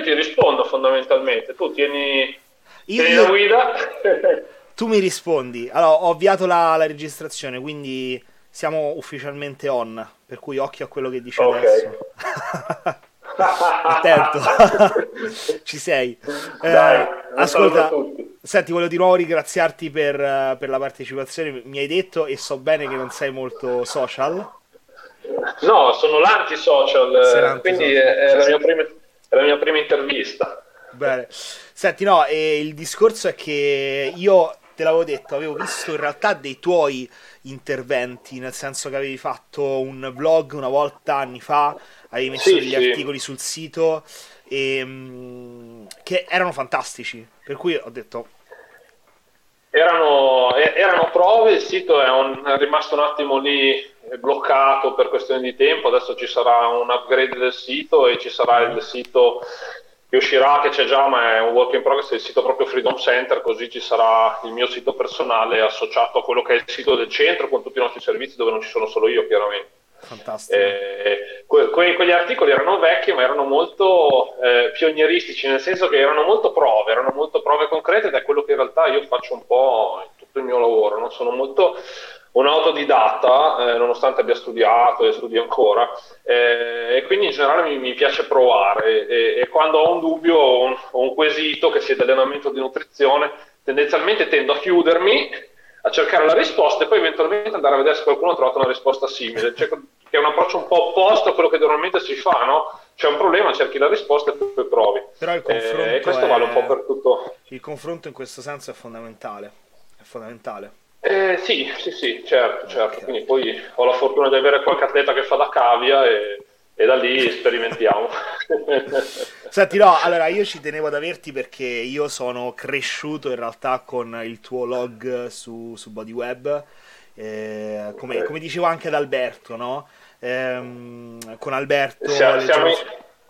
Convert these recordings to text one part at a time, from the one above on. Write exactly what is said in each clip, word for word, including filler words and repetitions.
ti rispondo fondamentalmente. Tu tieni, Io, tieni la io- guida. tu mi rispondi. Allora, ho avviato la, la registrazione, quindi siamo ufficialmente on, per cui occhio a quello che dici Ok. adesso. Attento, ci sei. Dai, Eh, un saluto a ascolta, tutti. senti, voglio di nuovo ringraziarti per, eh, per la partecipazione. Mi hai detto, e so bene che non sei molto social, No, sono sei l'anti-social, eh, quindi l'antisocial. è, è la mia prima, è la mia prima intervista. Bene. Senti, no, e il discorso è che io te l'avevo detto, avevo visto in realtà dei tuoi interventi, nel senso che avevi fatto un vlog una volta anni fa, avevi messo Sì, degli sì. articoli sul sito e, mm, che erano fantastici. Per cui ho detto, Erano, e- erano prove, il sito è, un- è rimasto un attimo lì eh, bloccato per questioni di tempo, adesso ci sarà un upgrade del sito e ci sarà mhm, il sito che uscirà, che c'è già, ma è un work in progress, il sito proprio Freedom Center, così ci sarà il mio sito personale associato a quello che è il sito del centro con tutti i nostri servizi dove non ci sono solo io, chiaramente. fantastico. Eh, que- que- quegli articoli erano vecchi ma erano molto eh, pionieristici, nel senso che erano molto prove, erano molto prove concrete ed è quello che in realtà io faccio un po' in tutto il mio lavoro, no? Sono molto un autodidatta, eh, nonostante abbia studiato e studio ancora, eh, e quindi in generale mi, mi piace provare e, e quando ho un dubbio o un, o un quesito che sia di allenamento o di nutrizione, tendenzialmente tendo a chiudermi a cercare la risposta e poi eventualmente andare a vedere se qualcuno ha trovato una risposta simile, cioè, che è un approccio un po' opposto a quello che normalmente si fa, no? C'è un problema, cerchi la risposta e poi provi. Però il Eh, e confronto questo vale un po' è... per tutto. Il confronto in questo senso è fondamentale. È fondamentale. Eh, sì, sì, sì, certo, Ok. certo. Quindi poi ho la fortuna di avere qualche atleta che fa da cavia e, e da lì sperimentiamo. Senti, no, allora io ci tenevo ad averti perché io sono cresciuto in realtà con il tuo log su, su Bodyweb, eh, Ok. come, come dicevo anche ad Alberto, no? Ehm, con Alberto Sia- Siamo leggevo... in,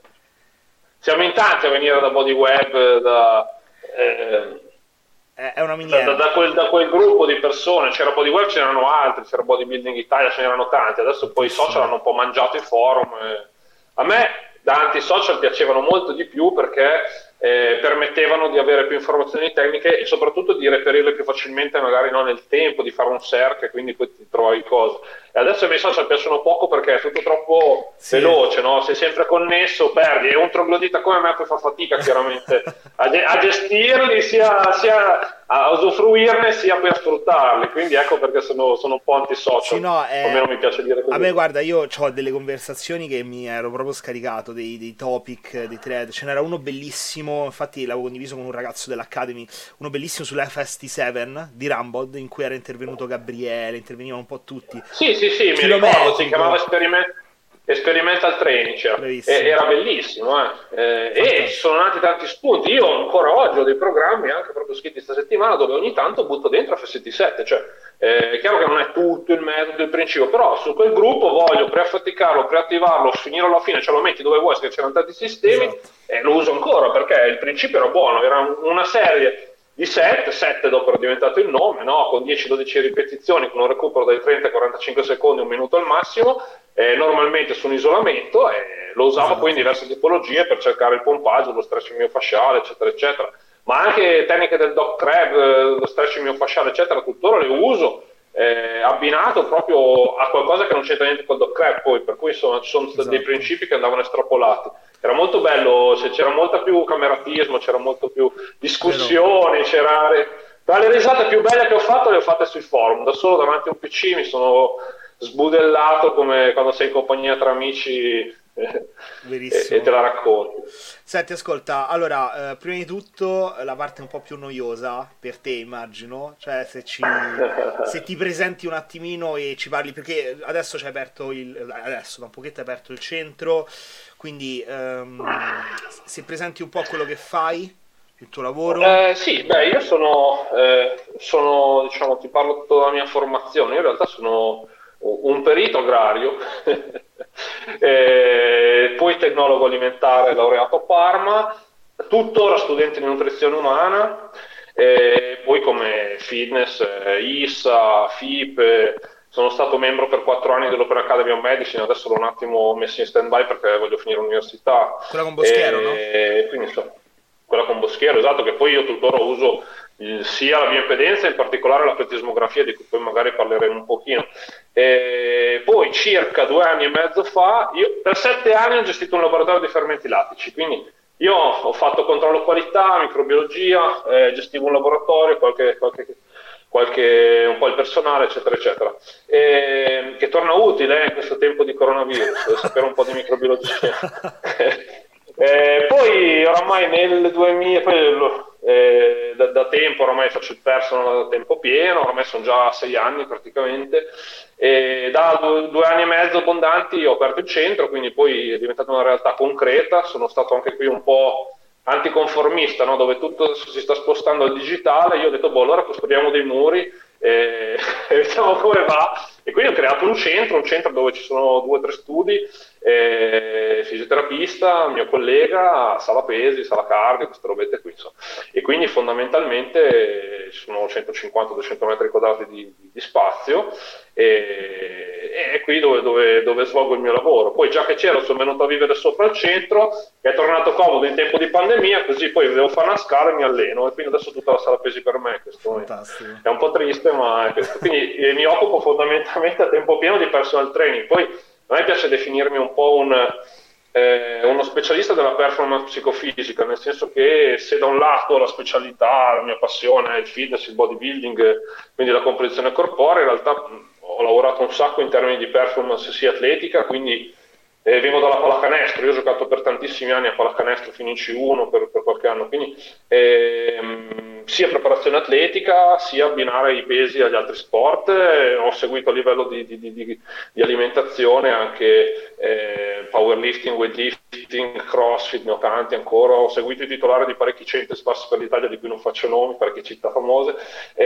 siamo in tanti a venire da Bodyweb, da, eh, È, è una da, da- miniera, da quel, da quel gruppo di persone. C'era Bodyweb, c'erano altri, c'era Bodybuilding Italia, ce n'erano tanti. Adesso poi i social tantissimi. hanno un po' mangiato i forum. e- A me da anti-social piacevano molto di più perché eh, permettevano di avere più informazioni tecniche e soprattutto di reperirle più facilmente, magari non nel tempo, di fare un cerca e quindi poi ti trovi cose. E adesso i miei social piacciono poco perché è tutto troppo Sì, veloce, no? Sei sempre connesso, perdi, e un troglodita come me poi fa fatica chiaramente a, ge- a gestirli, sia, sia a usufruirne, sia poi a sfruttarli, quindi ecco perché sono, sono un po' sì, anti-social, no, o almeno è... mi piace dire A me, così. guarda, io ho delle conversazioni che mi ero proprio scaricato, dei, dei topic, dei thread. Ce n'era uno bellissimo, infatti l'avevo condiviso con un ragazzo dell'Academy, uno bellissimo sull'F S T sette di Rambod, in cui era intervenuto Gabriele, intervenivano un po' tutti. Sì, sì, sì, mi ricordo, si chiamava Chilometrico, Experiment- Experimental Training, cioè. E- bravissimo, era bellissimo, eh. Eh, e ci fantastico. sono nati tanti spunti. Io ancora oggi ho dei programmi, anche proprio scritti questa settimana, dove ogni tanto butto dentro F S T sette, cioè eh, è chiaro che non è tutto il metodo, il principio, però su quel gruppo voglio preaffaticarlo, preattivarlo, finirlo alla fine, ce lo metti dove vuoi, perché c'erano tanti sistemi, Esatto, e lo uso ancora perché il principio era buono, era un- una serie di set, sette dopo era diventato il nome, no? Con dieci dodici ripetizioni, con un recupero dai trenta ai quarantacinque secondi, un minuto al massimo, eh, normalmente su un isolamento, e lo usavo poi in esatto. diverse tipologie per cercare il pompaggio, lo stretch miofasciale, eccetera, eccetera. Ma anche tecniche del dock crab, eh, lo stretch miofasciale, eccetera, tuttora le uso. Eh, abbinato proprio a qualcosa che non c'entra niente col dock crab, poi per cui insomma ci sono stati dei Esatto, principi che andavano estrapolati. Era molto bello, se c'era molta più cameratismo, c'era molto più vero. discussioni, c'era... Tra le risate più belle che ho fatto le ho fatte sui forum, da solo davanti a un P C mi sono sbudellato come quando sei in compagnia tra amici eh, e, e te Verissimo. la racconti. Senti, ascolta, allora, eh, prima di tutto la parte un po' più noiosa per te, immagino, cioè se ci, se ti presenti un attimino e ci parli, perché adesso c'è aperto il, adesso da un pochetto è aperto il centro, quindi ehm, se presenti un po' quello che fai, il tuo lavoro. Eh, sì, beh, io sono, eh, sono, diciamo, ti parlo tutta della mia formazione, io in realtà sono un perito agrario, eh, poi tecnologo alimentare laureato a Parma, tuttora studente di nutrizione umana, e poi come fitness, eh, I S A, F I P, sono stato membro per quattro anni dell'Open Academy of Medicine, adesso l'ho un attimo messo in stand-by perché voglio finire l'università. Quella con Boschiero, e, no? quindi, insomma, quella con Boschiero, esatto, che poi io tuttora uso il, sia la bioimpedenza, in particolare la pletismografia, di cui poi magari parleremo un pochino. E poi circa due anni e mezzo fa, io per sette anni ho gestito un laboratorio di fermenti lattici, quindi io ho fatto controllo qualità, microbiologia, eh, gestivo un laboratorio, qualche, qualche, qualche, un po' il personale, eccetera, eccetera. E, che torna utile eh, in questo tempo di coronavirus, sapere un po' di microbiologia. Eh, poi oramai nel duemila, poi, eh, da, da tempo oramai faccio il personal a tempo pieno, oramai sono già sei anni praticamente, e da due, due anni e mezzo abbondanti ho aperto il centro, quindi poi è diventata una realtà concreta, sono stato anche qui un po' anticonformista, no? Dove tutto si sta spostando al digitale, io ho detto boh, allora costruiamo dei muri e vediamo come va. E quindi ho creato un centro, un centro dove ci sono due o tre studi, eh, fisioterapista, mio collega, sala pesi, sala cardio, queste robette qui. Insomma. E quindi fondamentalmente ci sono centocinquanta duecento metri quadrati di, di spazio e è qui dove, dove, dove svolgo il mio lavoro. Poi già che c'ero sono venuto a vivere sopra il centro, che è tornato comodo in tempo di pandemia, così poi devo fare una scala e mi alleno e quindi adesso tutta la sala pesi per me. Questo è un po' triste, ma è questo. Quindi eh, mi occupo fondamentalmente a tempo pieno di personal training. Poi a me piace definirmi un po' un, eh, uno specialista della performance psicofisica, nel senso che se da un lato la specialità, la mia passione è il fitness, il bodybuilding, quindi la composizione corporea, in realtà ho lavorato un sacco in termini di performance sia atletica, quindi eh, vengo dalla pallacanestro, io ho giocato per tantissimi anni a pallacanestro fino in C uno per, per qualche anno, quindi ehm, sia preparazione atletica sia abbinare i pesi agli altri sport, eh, ho seguito a livello di, di, di, di alimentazione anche eh, powerlifting, weightlifting, crossfit, ne ho tanti ancora, ho seguito i titolari di parecchi centri sparsi per l'Italia di cui non faccio nomi, parecchie città famose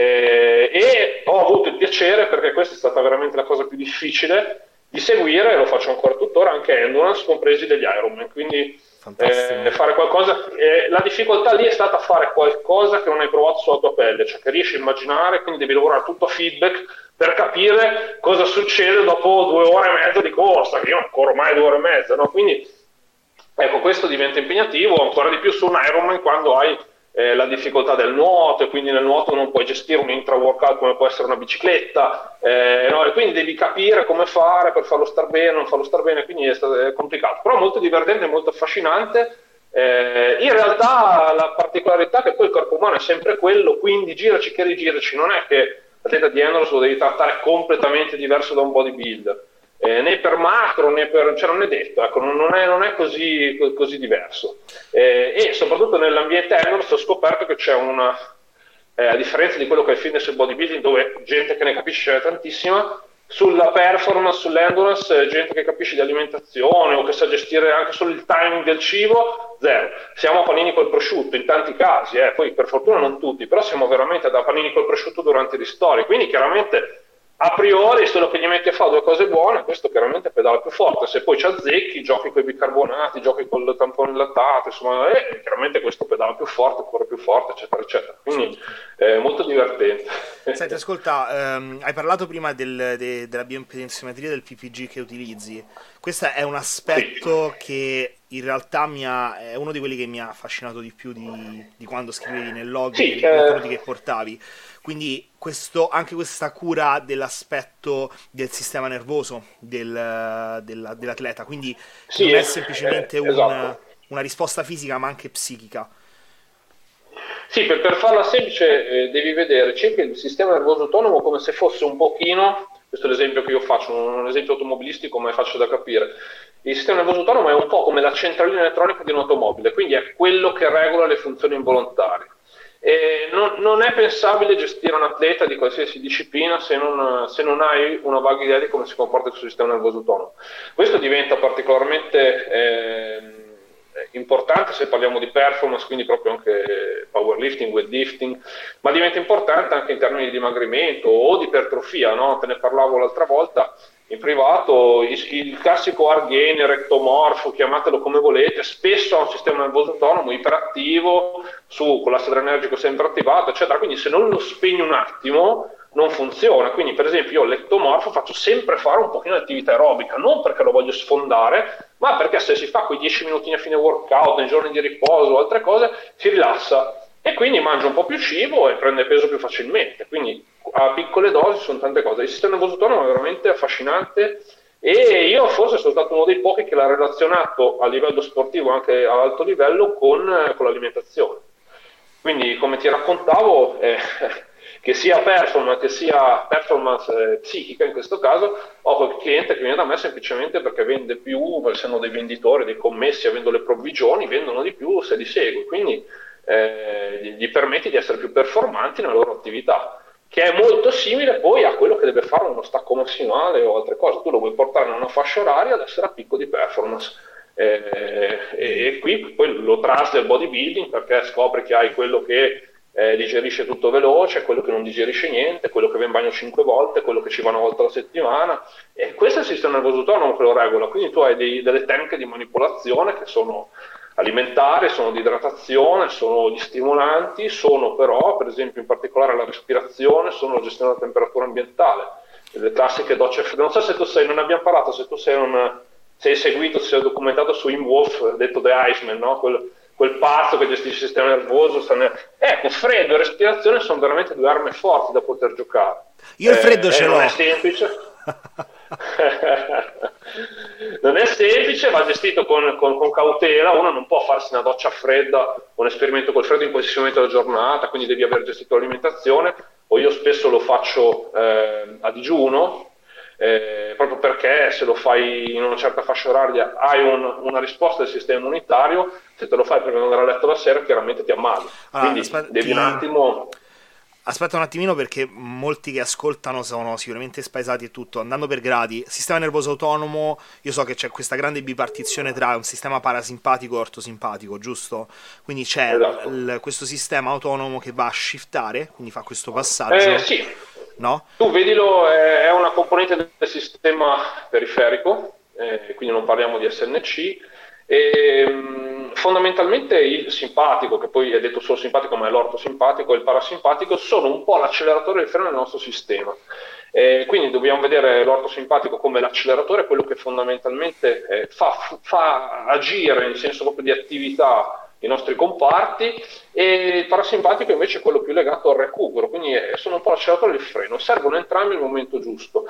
eh, e ho avuto il piacere, perché questa è stata veramente la cosa più difficile, di seguire, e lo faccio ancora tuttora, anche endurance, compresi degli Ironman, quindi eh, fare qualcosa, eh, la difficoltà lì è stata fare qualcosa che non hai provato sulla tua pelle, cioè che riesci a immaginare, quindi devi lavorare tutto a feedback per capire cosa succede dopo due ore e mezza di corsa, che io non corro mai due ore e mezza, no? Quindi ecco, questo diventa impegnativo, ancora di più su un Ironman quando hai Eh, la difficoltà del nuoto, e quindi nel nuoto non puoi gestire un intra-workout come può essere una bicicletta, eh, no? E quindi devi capire come fare per farlo star bene, non farlo star bene, quindi è, stato, è complicato, però molto divertente, molto affascinante. Eh, in realtà la particolarità è che poi il corpo umano è sempre quello, quindi giraci che rigiraci, non è che l'atleta di endurance lo devi trattare completamente diverso da un bodybuilder. Eh, né per macro né per, cioè non è detto, ecco, non è, non è così, così diverso eh, e soprattutto nell'ambiente endurance ho scoperto che c'è una eh, a differenza di quello che è il fitness e il bodybuilding, dove gente che ne capisce c'è tantissima, sulla performance, sull'endurance, gente che capisce di alimentazione o che sa gestire anche solo il timing del cibo, zero. Siamo a panini col prosciutto in tanti casi, eh. Poi per fortuna non tutti, però siamo veramente da panini col prosciutto durante i ristori, quindi chiaramente a priori solo che gli metti a fare due cose buone, questo chiaramente pedala più forte, se poi ci azzecchi, giochi con i bicarbonati, giochi con il tampone lattato, insomma, eh, chiaramente questo pedala più forte, corre più forte, eccetera, eccetera. Quindi è eh, molto divertente. Senti, ascolta, ehm, hai parlato prima del, de, della bioimpedensiometria del P P G che utilizzi. Questo è un aspetto sì. che in realtà mi ha, è uno di quelli che mi ha affascinato di più di, di quando scrivevi nel log, sì, dei contenuti eh... che portavi. Quindi questo, anche questa cura dell'aspetto del sistema nervoso del, della, dell'atleta, quindi sì, non è semplicemente eh, esatto. un, una risposta fisica ma anche psichica. Sì, per, per farla semplice eh, devi vedere cerca il sistema nervoso autonomo come se fosse un pochino, questo è l'esempio che io faccio, un esempio automobilistico ma è facile da capire. Il sistema nervoso autonomo è un po' come la centralina elettronica di un'automobile, quindi è quello che regola le funzioni involontarie. E non, non è pensabile gestire un atleta di qualsiasi disciplina se non, se non hai una vaga idea di come si comporta il suo sistema nervoso autonomo. Questo diventa particolarmente eh, importante se parliamo di performance, quindi proprio anche powerlifting, weightlifting, ma diventa importante anche in termini di dimagrimento o di ipertrofia, no? Te ne parlavo l'altra volta in privato, il, il classico hard gainer, ectomorfo, chiamatelo come volete, spesso ha un sistema nervoso autonomo iperattivo, su, con l'asse adrenergico sempre attivato, eccetera, quindi se non lo spegni un attimo non funziona. Quindi per esempio io all'ectomorfo faccio sempre fare un pochino di attività aerobica, non perché lo voglio sfondare, ma perché se si fa quei dieci minutini a fine workout, nei giorni di riposo o altre cose, si rilassa e quindi mangia un po' più cibo e prende peso più facilmente. Quindi a piccole dosi sono tante cose. Il sistema nervoso autonomo è veramente affascinante e io forse sono stato uno dei pochi che l'ha relazionato a livello sportivo, anche ad alto livello, con, con l'alimentazione. Quindi, come ti raccontavo, eh, che sia performance, che sia performance eh, psichica in questo caso, ho quel cliente che viene da me semplicemente perché vende più, essendo dei venditori, dei commessi, avendo le provvigioni, vendono di più se li segui, quindi eh, gli, gli permetti di essere più performanti nella loro attività, che è molto simile poi a quello che deve fare uno stacco massimale o altre cose. Tu lo vuoi portare in una fascia oraria ad essere a picco di performance. Eh, e, e qui poi lo trasli al bodybuilding perché scopri che hai quello che eh, digerisce tutto veloce, quello che non digerisce niente, quello che va in bagno cinque volte, quello che ci va una volta alla settimana, e questo è il sistema nervoso autonomo che lo regola. Quindi tu hai dei, delle tecniche di manipolazione che sono alimentari, sono di idratazione, sono gli stimolanti, sono però per esempio in particolare la respirazione, sono la gestione della temperatura ambientale, le classiche docce fredde. Non so se tu sei, non abbiamo parlato, se tu sei un se hai seguito, se sei documentato su Wim Hof, detto The Iceman, no? quel, quel pazzo che gestisce il sistema nervoso. Ne... Ecco, freddo e respirazione sono veramente due armi forti da poter giocare. Io il freddo eh, ce eh, l'ho. Non è semplice. Non è semplice, va gestito con, con, con cautela. Uno non può farsi una doccia fredda, un esperimento col freddo in qualsiasi momento della giornata, quindi devi aver gestito l'alimentazione, o io spesso lo faccio eh, a digiuno, Eh, proprio perché se lo fai in una certa fascia oraria hai un, una risposta del sistema immunitario. Se te lo fai prima di andare a letto la sera chiaramente ti ammali, allora, quindi aspetta, devi ti... un attimo aspetta un attimino, perché molti che ascoltano sono sicuramente spaesati e tutto. Andando per gradi, sistema nervoso autonomo, io so che c'è questa grande bipartizione tra un sistema parasimpatico e ortosimpatico, giusto? Quindi c'è esatto. l- questo sistema autonomo che va a shiftare, quindi fa questo passaggio. Eh, sì, no? Tu vedilo, è una componente del sistema periferico, eh, quindi non parliamo di S N C. E, mh, fondamentalmente il simpatico, che poi è detto solo simpatico ma è l'ortosimpatico, e il parasimpatico sono un po' l'acceleratore e il freno del nostro sistema. Eh, quindi dobbiamo vedere l'ortosimpatico come l'acceleratore, quello che fondamentalmente eh, fa, fa agire in senso proprio di attività i nostri comparti, e il parasimpatico invece è quello più legato al recupero, quindi sono un po' l'acceleratore e il freno, servono entrambi al momento giusto.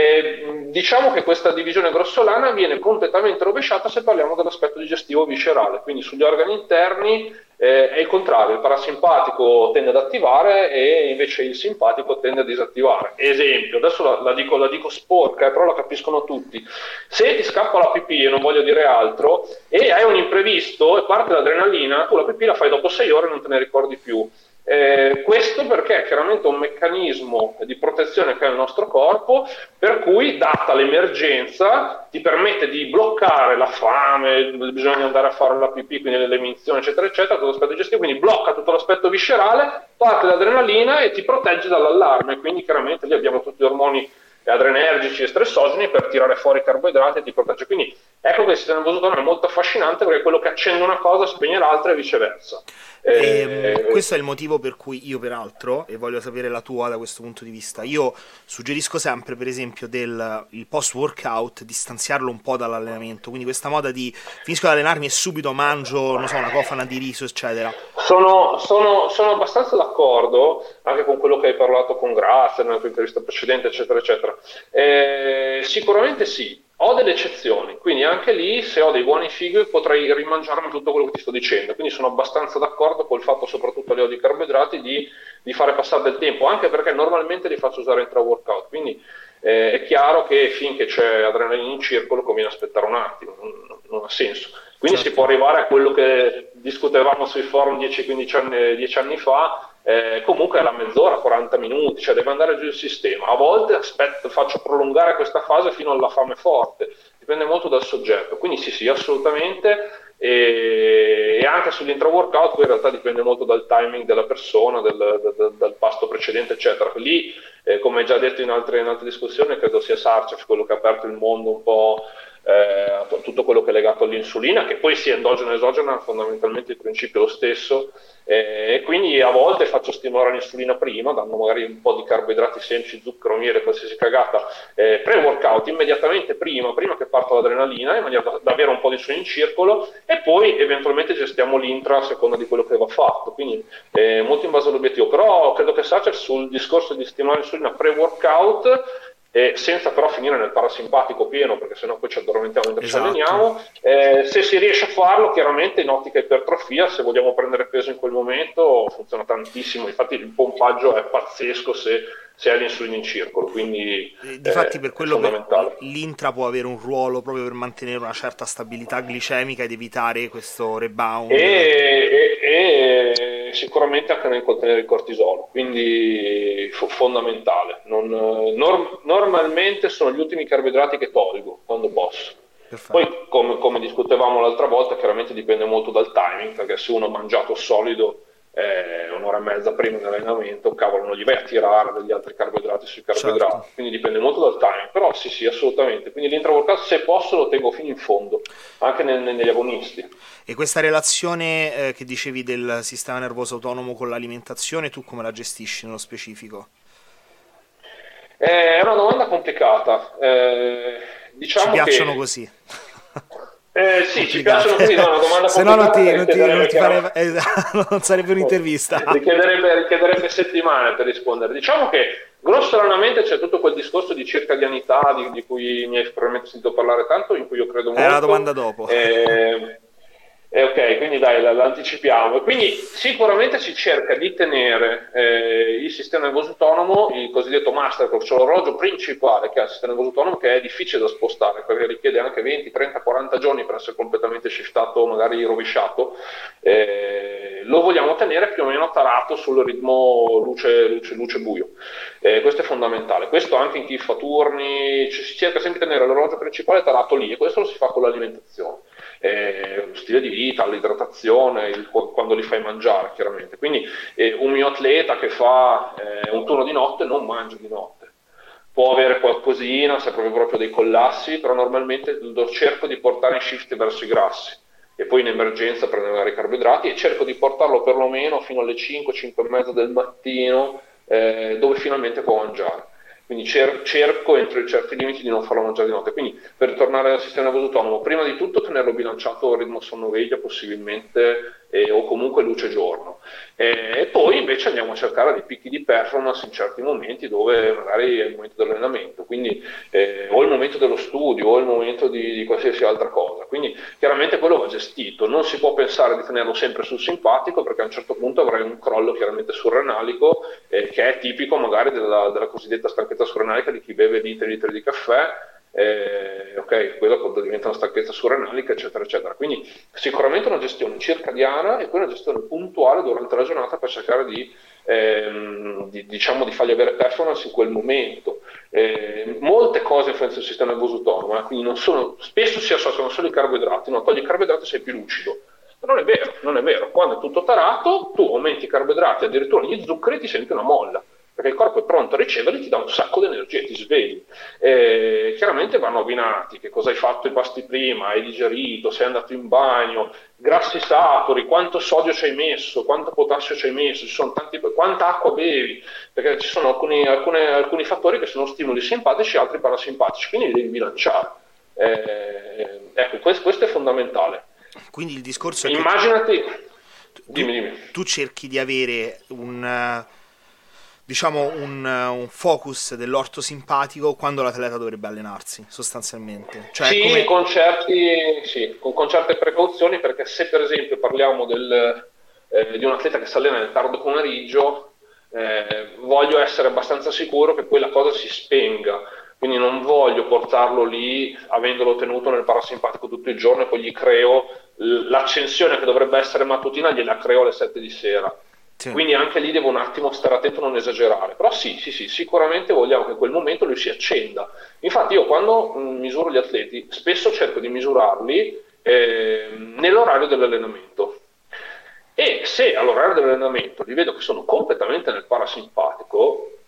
E diciamo che questa divisione grossolana viene completamente rovesciata se parliamo dell'aspetto digestivo viscerale, quindi sugli organi interni eh, è il contrario, il parasimpatico tende ad attivare e invece il simpatico tende a disattivare. Esempio, adesso la, la, dico, la dico sporca, eh, però la capiscono tutti. Se ti scappa la pipì, e non voglio dire altro, e hai un imprevisto e parte l'adrenalina, tu la pipì la fai dopo sei ore e non te ne ricordi più. Eh, questo perché è chiaramente un meccanismo di protezione che ha il nostro corpo, per cui data l'emergenza ti permette di bloccare la fame, il bisogno di andare a fare la pipì, quindi l'eminzione eccetera eccetera, tutto l'aspetto digestivo, quindi blocca tutto l'aspetto viscerale, parte l'adrenalina e ti protegge dall'allarme, quindi chiaramente lì abbiamo tutti gli ormoni adrenergici e stressogeni per tirare fuori i carboidrati e ti protegge. Quindi ecco che il sistema nervoso autonomo è molto affascinante, perché quello che accende una cosa spegne l'altra e viceversa. E, questo è il motivo per cui io, peraltro, e voglio sapere la tua da questo punto di vista, io suggerisco sempre, per esempio, del il post workout, distanziarlo un po' dall'allenamento, quindi questa moda di finisco di allenarmi e subito mangio, non so, una cofana di riso eccetera. Sono, sono, sono abbastanza d'accordo anche con quello che hai parlato con Grazia nella tua intervista precedente eccetera eccetera. Eh, sicuramente sì. Ho delle eccezioni, quindi anche lì se ho dei buoni figli potrei rimangiarmi tutto quello che ti sto dicendo, quindi sono abbastanza d'accordo col fatto, soprattutto a livello di carboidrati, di, di fare passare del tempo, anche perché normalmente li faccio usare intra workout, quindi eh, è chiaro che finché c'è adrenalina in circolo conviene aspettare un attimo, non, non ha senso. Quindi certo. Si può arrivare a quello che discutevamo sui forum dieci quindici anni, dieci anni fa, Eh, comunque alla mezz'ora, quaranta minuti, cioè deve andare giù il sistema. A volte aspetto, faccio prolungare questa fase fino alla fame forte, dipende molto dal soggetto, quindi sì sì assolutamente, e, e anche sugli intra-workout poi in realtà dipende molto dal timing della persona, del, del, del pasto precedente eccetera. Lì eh, come già detto in altre, in altre discussioni credo sia Sarcev quello che ha aperto il mondo un po' eh, a tutto quello che è legato all'insulina, che poi sia endogena o esogena, fondamentalmente il principio è lo stesso, eh, e quindi a volte faccio stimolare l'insulina prima, dando magari un po' di carboidrati semplici, zucchero, miele, qualsiasi cagata, eh, pre-workout, immediatamente prima, prima che parta l'adrenalina, in maniera da, da avere un po' di insulina in circolo, e poi eventualmente gestiamo l'intra a seconda di quello che va fatto, quindi eh, molto in base all'obiettivo. Però credo che Sacer sul discorso di stimolare l'insulina pre-workout, eh, senza però finire nel parasimpatico pieno, perché sennò poi ci addormentiamo mentre Esatto. ci alleniamo, eh, se si riesce a farlo, chiaramente in ottica ipertrofia, se vogliamo prendere peso in quel momento, funziona tantissimo. Infatti il pompaggio è pazzesco se, se hai l'insulina in circolo, quindi Eh, eh, Difatti per è quello per- fondamentale. l'intra può avere un ruolo proprio per mantenere una certa stabilità glicemica ed evitare questo rebound. E, e- e sicuramente anche nel contenere il cortisolo, quindi fo- fondamentale. Non- norm- normalmente sono gli ultimi carboidrati che tolgo quando posso. Poi, Perfetto. come, come discutevamo l'altra volta, chiaramente dipende molto dal timing, perché se uno ha mangiato solido eh, un'ora e mezza prima dell'allenamento, cavolo, non gli vai a tirare degli altri carboidrati sui Certo. carboidrati, quindi dipende molto dal timing, però sì, sì, assolutamente. Quindi l'intra-workout, se posso, lo tengo fino in fondo, anche nel- negli agonisti. E questa relazione eh, che dicevi del sistema nervoso autonomo con l'alimentazione, tu come la gestisci nello specifico? Eh, È una domanda complicata. Eh, Ci diciamo piacciono che così. eh, sì, ci piacciono così, no, è una Complicate. domanda Se no non complicata ti, che non ti, non richiederebbe ti farebbe, chiaramente esatto, non sarebbe un'intervista. richiederebbe, richiederebbe settimane per rispondere. Diciamo che grossolanamente c'è tutto quel discorso di circadianità di, di cui mi hai probabilmente sentito parlare tanto, in cui io credo È la molto. domanda dopo. Eh, eh, ok, quindi dai, la, la anticipiamo. E quindi sicuramente si cerca di tenere eh, il sistema nervoso autonomo, il cosiddetto master, cioè l'orologio principale che ha il sistema nervoso autonomo, che è difficile da spostare, perché richiede anche venti, trenta, quaranta giorni per essere completamente shiftato, magari rovesciato. Eh, lo vogliamo tenere più o meno tarato sul ritmo luce, luce, luce buio. Eh, questo è fondamentale. Questo anche in chi fa turni, ci si cerca sempre di tenere l'orologio principale tarato lì, e questo lo si fa con l'alimentazione. Eh, lo stile di vita, l'idratazione, il, quando li fai mangiare chiaramente. Quindi eh, un mio atleta che fa eh, un turno di notte non mangia di notte. Può avere qualcosina, se proprio, proprio dei collassi, però normalmente lo cerco di portare in shift verso i grassi e poi in emergenza prendo magari i carboidrati e cerco di portarlo perlomeno fino alle cinque, cinque e mezza del mattino eh, dove finalmente può mangiare. Quindi cer- cerco entro i certi limiti di non farlo mangiare di notte. Quindi per tornare al sistema nervoso autonomo, prima di tutto tenerlo bilanciato al ritmo sonno-veglia possibilmente eh, o comunque luce-giorno. Eh, e poi invece andiamo a cercare dei picchi di performance in certi momenti dove magari è il momento dell'allenamento, quindi eh, o il momento dello studio o il momento di, di qualsiasi altra cosa. Quindi chiaramente quello va gestito, non si può pensare di tenerlo sempre sul simpatico perché a un certo punto avrai un crollo chiaramente surrenalico eh, che è tipico magari della, della cosiddetta stanchezza surrenalica di chi beve litri e litri di caffè. Eh, ok, quello quando diventa una stanchezza surrenalica, eccetera, eccetera. Quindi sicuramente una gestione circadiana e poi una gestione puntuale durante la giornata per cercare di, ehm, di, diciamo, di fargli avere performance in quel momento. Eh, molte cose influenzano il sistema nervoso autonomo, eh, quindi non sono, spesso si associano solo i carboidrati, no, togli i carboidrati sei più lucido. Ma non è vero, non è vero. Quando è tutto tarato, tu aumenti i carboidrati, addirittura gli zuccheri, ti senti una molla perché il corpo è pronto a riceverli, ti dà un sacco di energia e ti svegli. Eh, chiaramente vanno abbinati, che cosa hai fatto i pasti prima, hai digerito, sei andato in bagno, grassi saturi, quanto sodio ci hai messo, quanto potassio ci hai messo, ci sono tanti, quanta acqua bevi, perché ci sono alcuni, alcune, alcuni fattori che sono stimoli simpatici e altri parasimpatici, quindi li devi bilanciare. Eh, ecco, questo, questo è fondamentale. Quindi il discorso è che Immaginati, tu, dimmi, dimmi. tu cerchi di avere un, eh, diciamo, un, eh, un focus dell'orto simpatico quando l'atleta dovrebbe allenarsi, sostanzialmente. Cioè, Sì, come... con, certi, sì, con, con certe precauzioni, perché se per esempio parliamo del, eh, di un atleta che si allena nel tardo pomeriggio, eh, voglio essere abbastanza sicuro che poi la cosa si spenga, quindi non voglio portarlo lì avendolo tenuto nel parasimpatico tutto il giorno e poi gli creo l- l'accensione che dovrebbe essere mattutina, gliela creo alle sette di sera. Sì. Quindi anche lì devo un attimo stare attento a non esagerare, però sì, sì, sì, sicuramente vogliamo che in quel momento lui si accenda. Infatti io quando mh, misuro gli atleti spesso cerco di misurarli eh, nell'orario dell'allenamento e se all'orario dell'allenamento li vedo che sono completamente nel parasimpatico,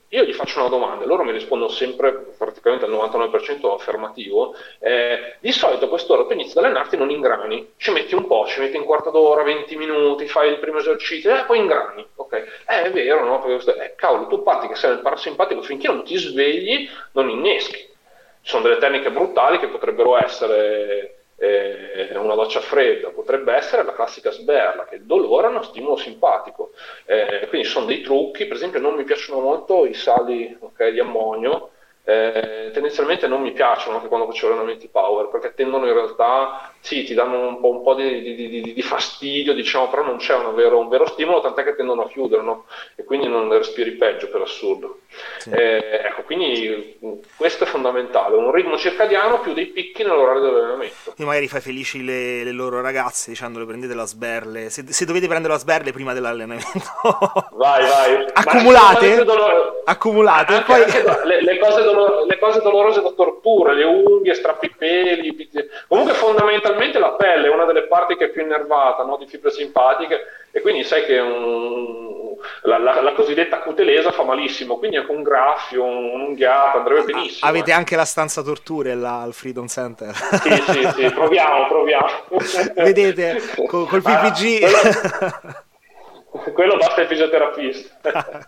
io gli faccio una domanda e loro mi rispondono sempre, praticamente al novantanove per cento affermativo, eh, di solito a quest'ora tu inizi ad allenarti, non ingrani, ci metti un po', ci metti un quarto d'ora, venti minuti, fai il primo esercizio e eh, poi ingrani, ok? Eh, è vero, no? Perché questo, eh, cavolo, tu parti che sei nel parasimpatico, finché non ti svegli non inneschi. Ci sono delle tecniche brutali che potrebbero essere eh, una doccia fredda, potrebbe essere la classica sberla, che il dolore è uno stimolo simpatico. Eh, quindi ci sono dei trucchi, per esempio non mi piacciono molto i sali, okay, di ammonio, eh, tendenzialmente non mi piacciono anche quando facevo allenamenti power, perché tendono in realtà, sì, ti danno un po', un po' di, di, di, di fastidio, diciamo, però non c'è un vero, un vero stimolo, tant'è che tendono a chiudere, no? E quindi non respiri peggio, per assurdo. Sì. Eh, ecco, quindi questo è fondamentale, un ritmo circadiano più dei picchi nell'orario dell'allenamento. E magari fai felici le, le loro ragazze dicendole prendete la sberle, se, se dovete prendere la sberle prima dell'allenamento. Vai, vai. Accumulate, accumulate. Anche, poi... anche le, le, cose dolor- le cose dolorose da tortura, le unghie, strappi peli. Comunque fondamentalmente la pelle è una delle parti che è più innervata, no? Di fibre simpatiche, e quindi sai che un, la, la, la cosiddetta cutelesa fa malissimo, quindi anche un graffio, un'unghiata andrebbe benissimo. Avete eh. anche la stanza torture là al Freedom Center. Sì, sì, sì, proviamo, proviamo. Vedete, col, col P P G... Ah, quello, quello basta il fisioterapista.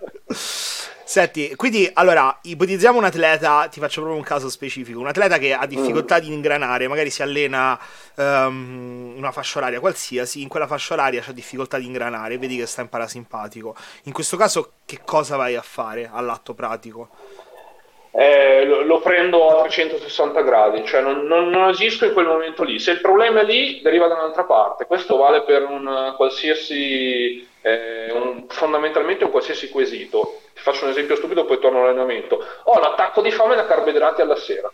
Senti, quindi allora ipotizziamo un atleta, ti faccio proprio un caso specifico, un atleta che ha difficoltà Mm. di ingranare, magari si allena um, una fascia oraria qualsiasi, in quella fascia oraria c'ha difficoltà di ingranare, vedi che sta in parasimpatico. In questo caso che cosa vai a fare all'atto pratico? Eh, lo, lo prendo a trecentosessanta gradi, cioè non, non- non agisco in quel momento lì. Se il problema è lì, deriva da un'altra parte. Questo vale per un qualsiasi, eh, un- fondamentalmente un qualsiasi quesito. Ti faccio un esempio stupido, poi torno all'allenamento. Ho l'attacco di fame da carboidrati alla sera.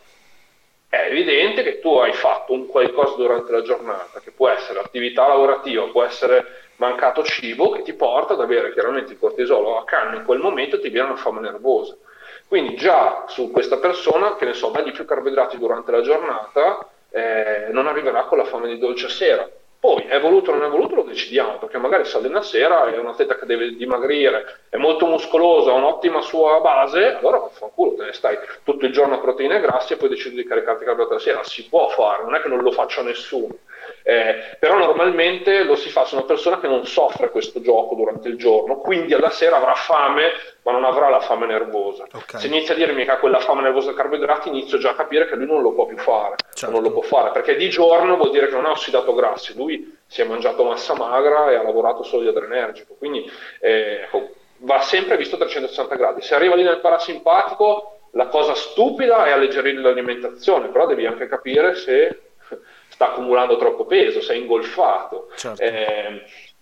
È evidente che tu hai fatto un qualcosa durante la giornata, che può essere attività lavorativa, può essere mancato cibo, che ti porta ad avere chiaramente il cortisolo a canna in quel momento e ti viene una fame nervosa. Quindi già su questa persona, che ne so, dagli più carboidrati durante la giornata, eh, non arriverà con la fame di dolce a sera. Poi è voluto o non è voluto lo decidiamo, perché magari si allena a sera, è un atleta che deve dimagrire, è molto muscoloso, ha un'ottima sua base, allora vaffanculo, te ne stai tutto il giorno a proteine e grassi e poi decidi di caricarti carboidrati la sera. Si può fare, non è che non lo faccia nessuno. Eh, però normalmente lo si fa su una persona che non soffre questo gioco durante il giorno, quindi alla sera avrà fame, ma non avrà la fame nervosa. Ok. Se inizia a dirmi che ha quella fame nervosa da carboidrati, inizio già a capire che lui non lo può più fare, Certo. non lo può fare, perché di giorno vuol dire che non ha ossidato grassi, lui si è mangiato massa magra e ha lavorato solo di adrenergico, quindi eh, ecco, va sempre visto a trecentosessanta gradi. Se arriva lì nel parasimpatico, la cosa stupida è alleggerire l'alimentazione, però devi anche capire se sta accumulando troppo peso, se è ingolfato. Certo. Eh,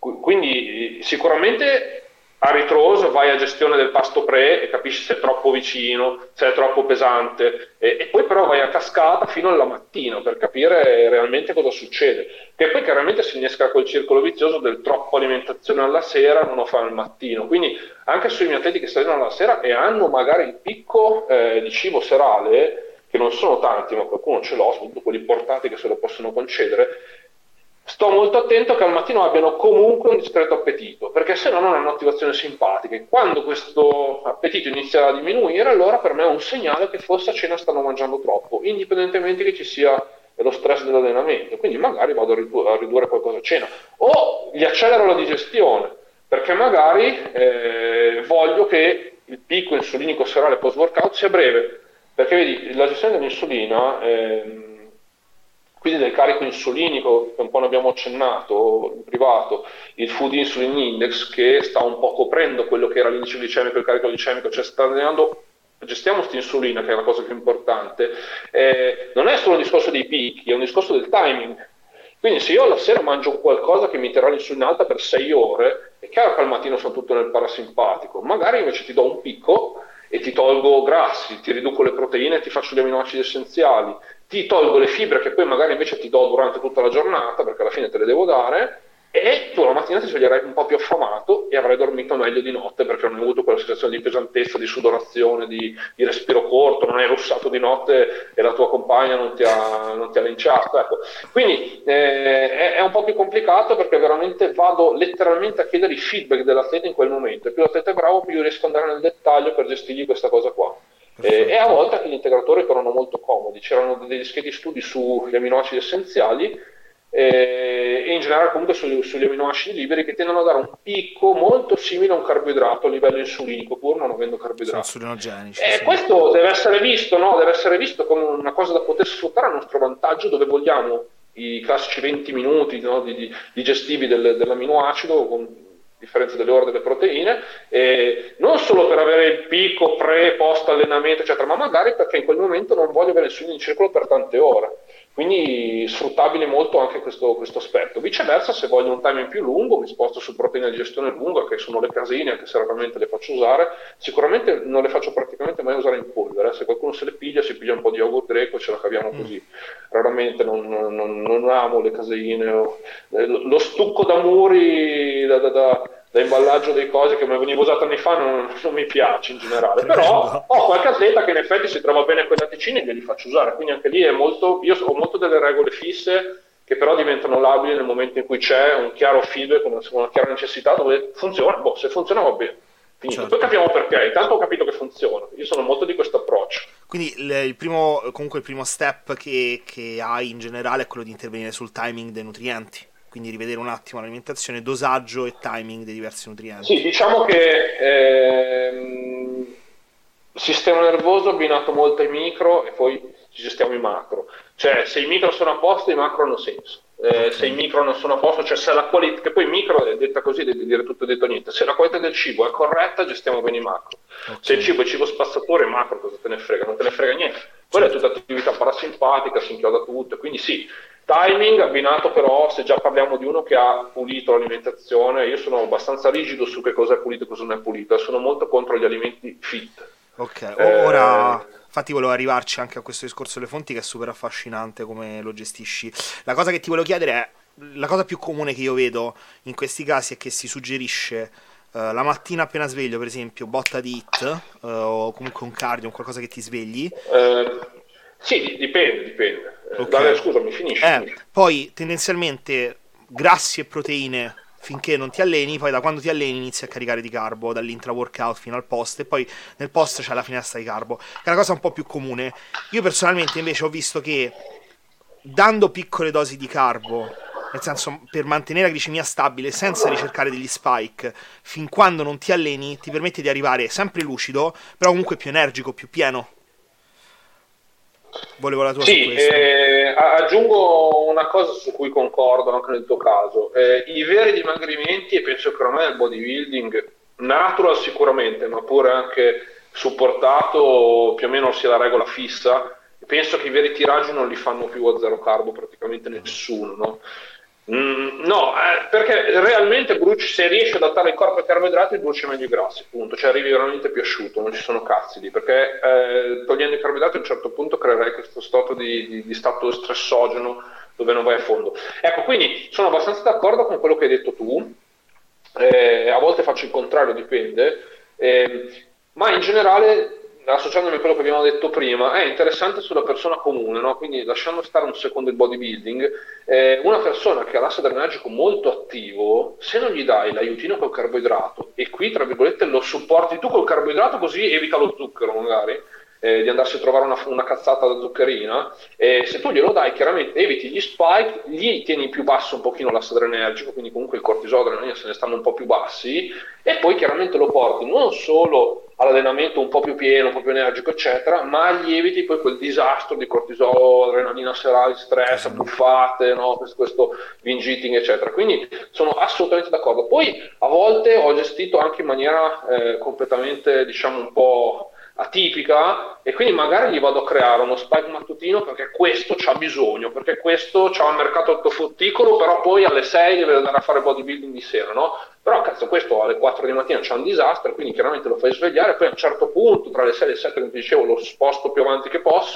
quindi sicuramente a ritroso vai a gestione del pasto pre e capisci se è troppo vicino, se è troppo pesante, e, e poi però vai a cascata fino alla mattina per capire realmente cosa succede, che poi chiaramente si innesca quel circolo vizioso del troppo alimentazione alla sera, non lo fa al mattino. Quindi anche sui miei atleti che si allenano alla sera e hanno magari il picco eh, di cibo serale, che non sono tanti, ma qualcuno ce l'ho, soprattutto quelli portati che se lo possono concedere, sto molto attento che al mattino abbiano comunque un discreto appetito, perché se no non hanno attivazione simpatica. E quando questo appetito inizia a diminuire, allora per me è un segnale che forse a cena stanno mangiando troppo, indipendentemente che ci sia lo stress dell'allenamento. Quindi magari vado a ridurre, a ridurre qualcosa a cena, o gli accelero la digestione, perché magari eh, voglio che il picco insulinico serale post-workout sia breve. Perché vedi, la gestione dell'insulina, ehm, quindi del carico insulinico, che un po' ne abbiamo accennato in privato, il Food Insulin Index, che sta un po' coprendo quello che era l'indice glicemico e il carico glicemico, cioè sta andando, gestiamo questa insulina, che è la cosa più importante, eh, non è solo un discorso dei picchi, è un discorso del timing. Quindi se io alla sera mangio qualcosa che mi terrà l'insulina alta per sei ore, è chiaro che al mattino sono tutto nel parasimpatico, magari invece ti do un picco e ti tolgo grassi, ti riduco le proteine, ti faccio gli aminoacidi essenziali, ti tolgo le fibre che poi magari invece ti do durante tutta la giornata, perché alla fine te le devo dare, e tu la mattina ti sveglierai un po' più affamato e avrai dormito meglio di notte perché non hai avuto quella sensazione di pesantezza, di sudorazione, di, di respiro corto, non hai russato di notte e la tua compagna non ti ha, non ti ha linciato. Ecco. Quindi eh, è, è un po' più complicato perché veramente vado letteralmente a chiedere i feedback dell'atleta in quel momento, e più l'atleta è bravo più riesco ad andare nel dettaglio per gestirgli questa cosa qua. Eh, e a volte anche gli integratori erano molto comodi, c'erano degli dischetti studi sugli aminoacidi essenziali eh, e in generale comunque su, sugli aminoacidi liberi che tendono a dare un picco molto simile a un carboidrato a livello insulinico pur non avendo carboidrati. Sono insulinogenici. E sì. questo deve essere visto, no? Deve essere visto come una cosa da poter sfruttare a nostro vantaggio, dove vogliamo i classici venti minuti, no, di, di, digestivi del, dell'aminoacido con differenza delle ore delle proteine, eh, non solo per avere il picco pre, post allenamento eccetera, ma magari perché in quel momento non voglio avere insulina in circolo per tante ore, quindi sfruttabile molto anche questo, questo aspetto. Viceversa, se voglio un timing più lungo mi sposto su proteine di gestione lunga che sono le caseine, anche se raramente le faccio usare, sicuramente non le faccio praticamente mai usare in polvere, se qualcuno se le piglia si piglia un po' di yogurt greco e ce la caviamo così, raramente non, non, non amo le caseine o, eh, lo stucco da muri da, da, da da imballaggio dei cose che mi veniva usato anni fa non, non mi piace in generale, però ho qualche atleta che in effetti si trova bene con i latticini e glieli faccio usare, quindi anche lì è molto, io ho molto delle regole fisse che però diventano labili nel momento in cui c'è un chiaro feedback, una, una chiara necessità dove funziona, boh, se funziona va bene, finito. Certo. Poi capiamo perché, intanto ho capito che funziona, io sono molto di questo approccio. Quindi il primo, comunque il primo step che, che hai in generale è quello di intervenire sul timing dei nutrienti. Quindi rivedere un attimo l'alimentazione, dosaggio e timing dei diversi nutrienti. Sì, diciamo che ehm, sistema nervoso abbinato molto ai micro e poi ci gestiamo i macro. Cioè, se i micro sono a posto, i macro hanno senso. Eh, okay. Se i micro non sono a posto, cioè se la qualità, che poi micro è detta così, devi dire tutto e detto niente. Se la qualità del cibo è corretta, gestiamo bene i macro. Okay. Se il cibo è cibo spazzatore, macro cosa te ne frega? Non te ne frega niente. Quella certo. È tutta attività parasimpatica, si inchioda tutto, quindi sì. Timing abbinato però, se già parliamo di uno che ha pulito l'alimentazione, io sono abbastanza rigido su che cosa è pulito e cosa non è pulito, sono molto contro gli alimenti fit. Ok, ora eh... infatti volevo arrivarci anche a questo discorso delle fonti che è super affascinante come lo gestisci. La cosa che ti volevo chiedere è, la cosa più comune che io vedo in questi casi è che si suggerisce uh, la mattina appena sveglio, per esempio, botta di hit uh, o comunque un cardio, un qualcosa che ti svegli. Eh, sì, dipende, dipende. Okay. Dai, scusami, finisci. Eh, poi tendenzialmente grassi e proteine finché non ti alleni, poi da quando ti alleni inizi a caricare di carbo dall'intra-workout fino al post, e poi nel post c'è la finestra di carbo, che è una cosa un po' più comune. Io personalmente invece ho visto che dando piccole dosi di carbo, nel senso per mantenere la glicemia stabile senza ricercare degli spike, fin quando non ti alleni ti permette di arrivare sempre lucido, però comunque più energico, più pieno. Volevo la tua sì, su questo. Eh, aggiungo una cosa su cui concordo anche nel tuo caso. Eh, I veri dimagrimenti, e penso che ormai il bodybuilding natural sicuramente, ma pure anche supportato, più o meno sia la regola fissa, penso che i veri tiraggi non li fanno più a zero carbo praticamente nessuno, no? Mm, no, eh, perché realmente bruci, se riesci ad adattare il corpo ai carboidrati bruci meglio i grassi, punto, cioè arrivi veramente più asciutto, non ci sono cazzi lì, perché eh, togliendo i carboidrati a un certo punto creerai questo stato di, di, di stato stressogeno dove non vai a fondo. Ecco, quindi sono abbastanza d'accordo con quello che hai detto tu, eh, a volte faccio il contrario, dipende, eh, ma in generale, associandomi a quello che abbiamo detto prima, è interessante sulla persona comune, no? Quindi lasciando stare un secondo il bodybuilding, eh, una persona che ha l'asse adrenergico molto attivo, se non gli dai l'aiutino col carboidrato e qui tra virgolette lo supporti tu col carboidrato, così evita lo zucchero magari, eh, di andarsi a trovare una, una cazzata da zuccherina, eh, se tu glielo dai chiaramente eviti gli spike, gli tieni più basso un pochino l'asse adrenergico, quindi comunque il cortisolo adrenalina se ne stanno un po' più bassi, e poi chiaramente lo porti non solo all'allenamento un po' più pieno, un po' più energico eccetera, ma gli eviti poi quel disastro di cortisolo, adrenalina serale, stress, buffate, no? questo, questo binge eating eccetera, quindi sono assolutamente d'accordo. Poi a volte ho gestito anche in maniera eh, completamente diciamo un po' atipica e quindi magari gli vado a creare uno spike mattutino perché questo c'ha bisogno, perché questo c'ha un mercato ortofrutticolo, però poi alle sei deve andare a fare bodybuilding di sera, no? Però cazzo, questo alle quattro di mattina c'è un disastro, quindi chiaramente lo fai svegliare, poi a un certo punto tra le sei e le sette, come ti dicevo, lo sposto più avanti che posso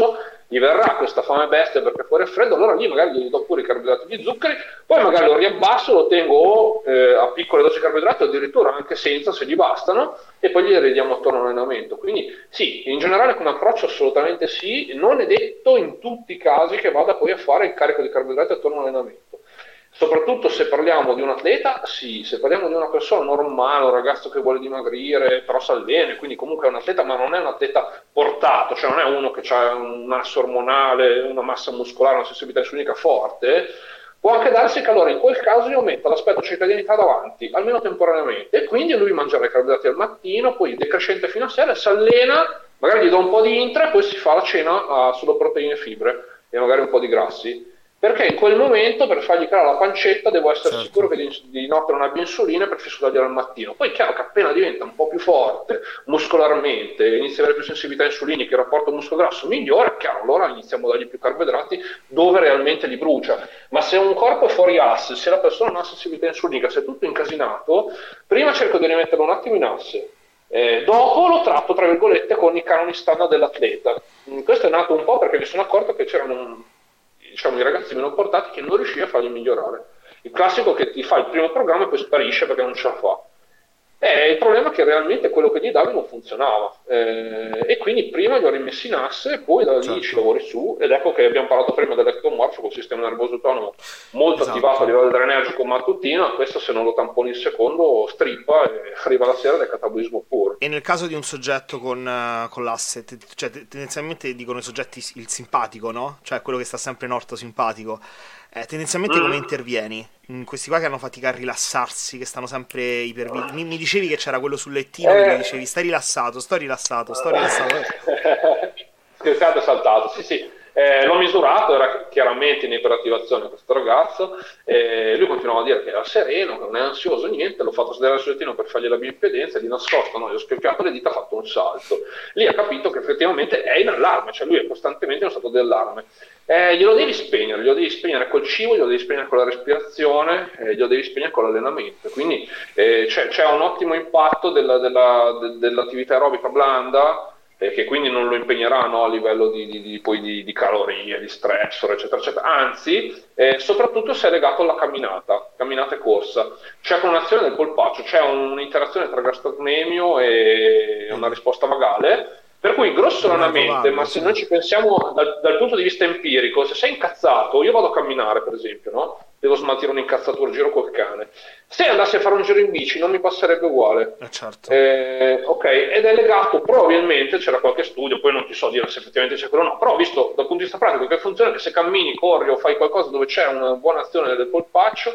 gli verrà questa fame bestia perché fuori è freddo, allora lì magari gli do pure i carboidrati, gli zuccheri, poi magari lo riabbasso, lo tengo eh, a piccole dosi di carboidrati, addirittura anche senza se gli bastano, e poi gli ridiamo attorno all'allenamento. Quindi sì, in generale come approccio assolutamente sì, non è detto in tutti i casi che vada poi a fare il carico di carboidrati attorno all'allenamento. Soprattutto se parliamo di un atleta, sì, se parliamo di una persona normale, un ragazzo che vuole dimagrire, però si allena, quindi comunque è un atleta, ma non è un atleta portato, cioè non è uno che ha un asso ormonale, una massa muscolare, una sensibilità insulinica forte, può anche darsi che allora in quel caso gli aumenta l'aspetto cittadinità davanti, almeno temporaneamente, e quindi lui mangerà i carboidrati al mattino, poi decrescente fino a sera, si allena, magari gli do un po' di intra e poi si fa la cena a solo proteine e fibre e magari un po' di grassi. Perché in quel momento, per fargli creare la pancetta, devo essere Certo. sicuro che di, di notte non abbia insulina per fissurargliela al mattino. Poi è chiaro che appena diventa un po' più forte muscolarmente, inizia ad avere più sensibilità insulinica, il rapporto muscolo-grasso migliora, è chiaro, allora iniziamo a dargli più carboidrati dove realmente li brucia. Ma se un corpo è fuori asse, se la persona non ha sensibilità insulinica, se è tutto incasinato, prima cerco di rimetterlo un attimo in asse. Eh, dopo lo tratto tra virgolette con i canoni standard dell'atleta. Questo è nato un po' perché mi sono accorto che c'erano, diciamo, i ragazzi meno portati che non riusciva a farli migliorare. Il classico che ti fa il primo programma e poi sparisce perché non ce la fa. Eh, il problema è che realmente quello che gli davi non funzionava, eh, e quindi prima li ho rimessi in asse e poi da lì Certo. ci lavori su, ed ecco che abbiamo parlato prima dell'ectomorfo col sistema nervoso autonomo molto Esatto. attivato a livello adrenergico mattutino, questo se non lo tamponi il secondo strippa e arriva la sera del catabolismo puro. E nel caso di un soggetto con, eh, con l'asse, te- cioè te- tendenzialmente dicono i soggetti s- il simpatico, no? Cioè quello che sta sempre in orto simpatico. Eh, tendenzialmente come Mm. intervieni? In questi qua che hanno fatica a rilassarsi, che stanno sempre ipervigili. Mi, mi dicevi che c'era quello sul lettino che gli Eh, dicevi stai rilassato, sto rilassato, sto rilassato. Scherzate, è saltato, sì sì. Eh, l'ho misurato, era chiaramente in iperattivazione questo ragazzo, e lui continuava a dire che era sereno, che non è ansioso, niente, l'ho fatto sedere sul lettino per fargli la bioimpedenza, di nascosto no, gli ho schioccato le dita, ha fatto un salto. Lì ha capito che effettivamente è in allarme, cioè lui è costantemente in uno stato di allarme. Eh, glielo devi spegnere, glielo devi spegnere col cibo, glielo devi spegnere con la respirazione, eh, glielo devi spegnere con l'allenamento. Quindi eh, c'è, c'è un ottimo impatto della, della, de, dell'attività aerobica blanda, eh, che quindi non lo impegnerà, no, a livello di, di, di, poi di, di calorie, di stressor, eccetera, eccetera. Anzi, eh, soprattutto se è legato alla camminata, camminata e corsa. C'è con un'azione del polpaccio, c'è un'interazione tra gastrocnemio e una risposta vagale. Per cui grossolanamente, ma se noi ci pensiamo dal, dal punto di vista empirico, se sei incazzato, io vado a camminare per esempio, no? Devo smaltire un'incazzatura, giro col cane. Se andassi a fare un giro in bici non mi passerebbe uguale. Eh, certo. Eh, ok, ed è legato probabilmente, c'era qualche studio, poi non ti so dire se effettivamente c'è quello o no, però ho visto dal punto di vista pratico che funziona che se cammini, corri o fai qualcosa dove c'è una buona azione del polpaccio,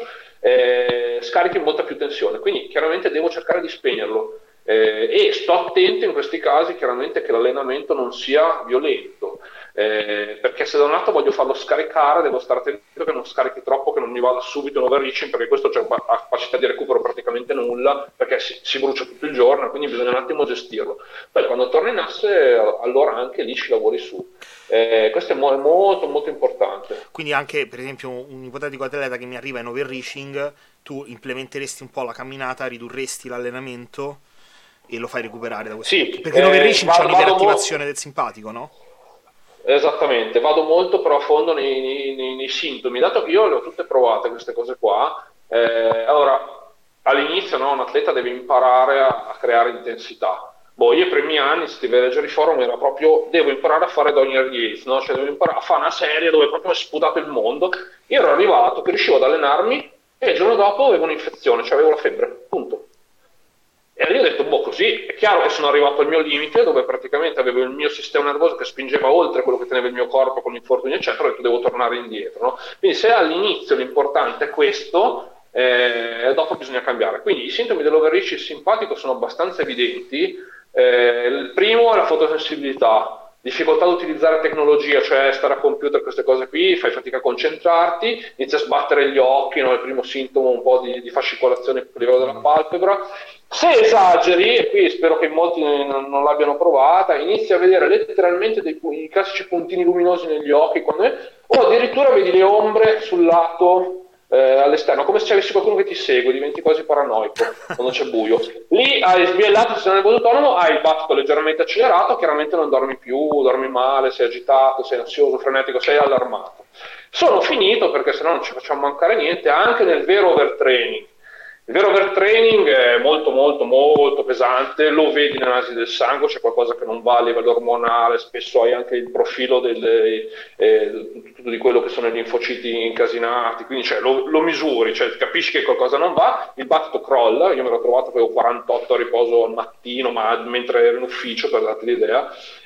eh, scarichi molta più tensione, quindi chiaramente devo cercare di spegnerlo. Eh, e sto attento in questi casi chiaramente che l'allenamento non sia violento, eh, perché se da un lato voglio farlo scaricare devo stare attento che non scarichi troppo, che non mi vada subito in overreaching, perché questo c'è una capacità di recupero praticamente nulla, perché si, si brucia tutto il giorno, quindi bisogna un attimo gestirlo. Poi quando torna in asse allora anche lì ci lavori su. Eh, questo è mo- molto molto importante. Quindi anche per esempio un ipotetico atleta che mi arriva in overreaching, tu implementeresti un po' la camminata, ridurresti l'allenamento e lo fai recuperare da questo Sì, punto. Perché in overreaching eh, c'è vado, un'iperattivazione del simpatico, no? Esattamente, vado molto però a fondo nei, nei- nei- nei sintomi, dato che io le ho tutte provate queste cose qua. Eh, allora, all'inizio no, un atleta deve imparare a, a creare intensità. Boh, io i primi anni, se ti vai a leggere i forum, era proprio, devo imparare a fare Donier Yates, no? Cioè devo imparare a fare una serie dove proprio è sputato il mondo. Io ero arrivato che riuscivo ad allenarmi e il giorno dopo avevo un'infezione, cioè avevo la febbre, punto. E lì ho detto, boh, così è chiaro che sono arrivato al mio limite, dove praticamente avevo il mio sistema nervoso che spingeva oltre quello che teneva il mio corpo con l'infortunio, eccetera, ho detto devo tornare indietro, no? Quindi se all'inizio l'importante è questo, eh, dopo bisogna cambiare. Quindi i sintomi dell'overreach simpatico sono abbastanza evidenti. Eh, il primo è la fotosensibilità, difficoltà ad utilizzare tecnologia, cioè stare a computer, queste cose qui, fai fatica a concentrarti, inizi a sbattere gli occhi, no? Il primo sintomo un po' di, di fascicolazione a livello della palpebra. Se esageri, e qui spero che molti non, non l'abbiano provata, inizi a vedere letteralmente dei, i classici puntini luminosi negli occhi, quando è, o addirittura vedi le ombre sul lato eh, all'esterno, come se avessi qualcuno che ti segue, diventi quasi paranoico quando c'è buio. Lì hai sbiellato il sistema nervoso autonomo, hai il battito leggermente accelerato, chiaramente non dormi più, dormi male, sei agitato, sei ansioso, frenetico, sei allarmato. Sono finito perché sennò non ci facciamo mancare niente, anche nel vero overtraining. Il vero overtraining è molto molto molto pesante, lo vedi nell'analisi del sangue, c'è qualcosa che non va a livello ormonale, spesso hai anche il profilo del, eh, tutto di quello che sono i linfociti incasinati, quindi cioè, lo, lo misuri, cioè, capisci che qualcosa non va, il battito crolla, io mi ero trovato che avevo quarantotto a riposo al mattino, ma mentre ero in ufficio, per darti l'idea,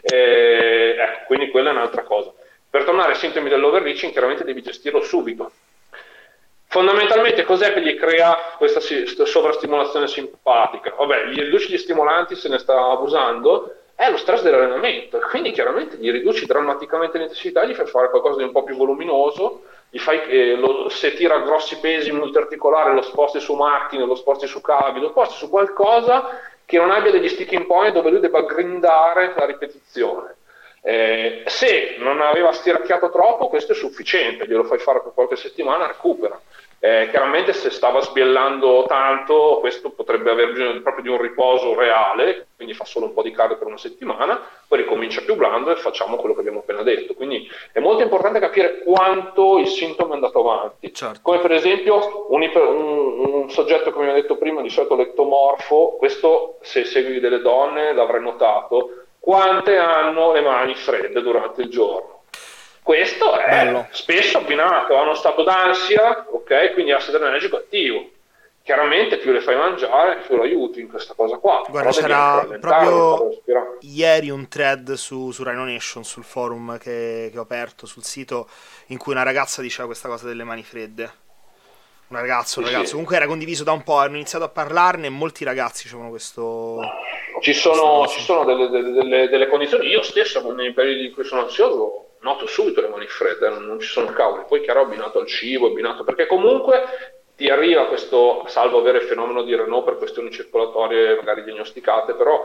eh, ecco, quindi quella è un'altra cosa. Per tornare ai sintomi dell'overreaching, chiaramente devi gestirlo subito. Fondamentalmente cos'è che gli crea questa sovrastimolazione simpatica? Vabbè, gli riduci gli stimolanti, se ne sta abusando, è lo stress dell'allenamento, quindi chiaramente gli riduci drammaticamente l'intensità, gli fai fare qualcosa di un po' più voluminoso, gli fai, eh, lo, se tira grossi pesi multiarticolari lo sposti su macchine, lo sposti su cavi, lo sposti su qualcosa che non abbia degli sticking point dove lui debba grindare la ripetizione. Eh, se non aveva stiracchiato troppo, questo è sufficiente, glielo fai fare per qualche settimana, recupera. Eh, chiaramente se stava sbiellando tanto, questo potrebbe aver bisogno proprio di un riposo reale, quindi fa solo un po' di cardio per una settimana, poi ricomincia più blando e facciamo quello che abbiamo appena detto. Quindi è molto importante capire quanto il sintomo è andato avanti. Certo. Come per esempio un, iper, un, un soggetto, come vi ho detto prima, di solito lectomorfo, questo se segui delle donne l'avrai notato, quante hanno le mani fredde durante il giorno. Questo è Bello. spesso abbinato a uno stato d'ansia, ok? Quindi acido adrenergico attivo. Chiaramente più le fai mangiare, più lo aiuti in questa cosa qua. Guarda, c'era proprio ieri un thread su, su Rhino Nation, sul forum che, che ho aperto sul sito, in cui una ragazza diceva questa cosa delle mani fredde. Un ragazzo, un ragazzo. Sì. Comunque era condiviso da un po', hanno iniziato a parlarne e molti ragazzi dicevano questo... Ci sono, ci sono delle, delle, delle, delle condizioni, io stesso nei periodi in cui sono ansioso noto subito le mani fredde, non, non ci sono cavoli, poi chiaro abbinato al cibo, abbinato, perché comunque ti arriva questo, salvo avere il fenomeno di Raynaud per questioni circolatorie magari diagnosticate, però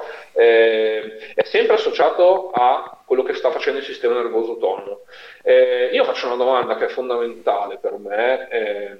eh, è sempre associato a quello che sta facendo il sistema nervoso autonomo. Eh, io faccio una domanda che è fondamentale per me, eh,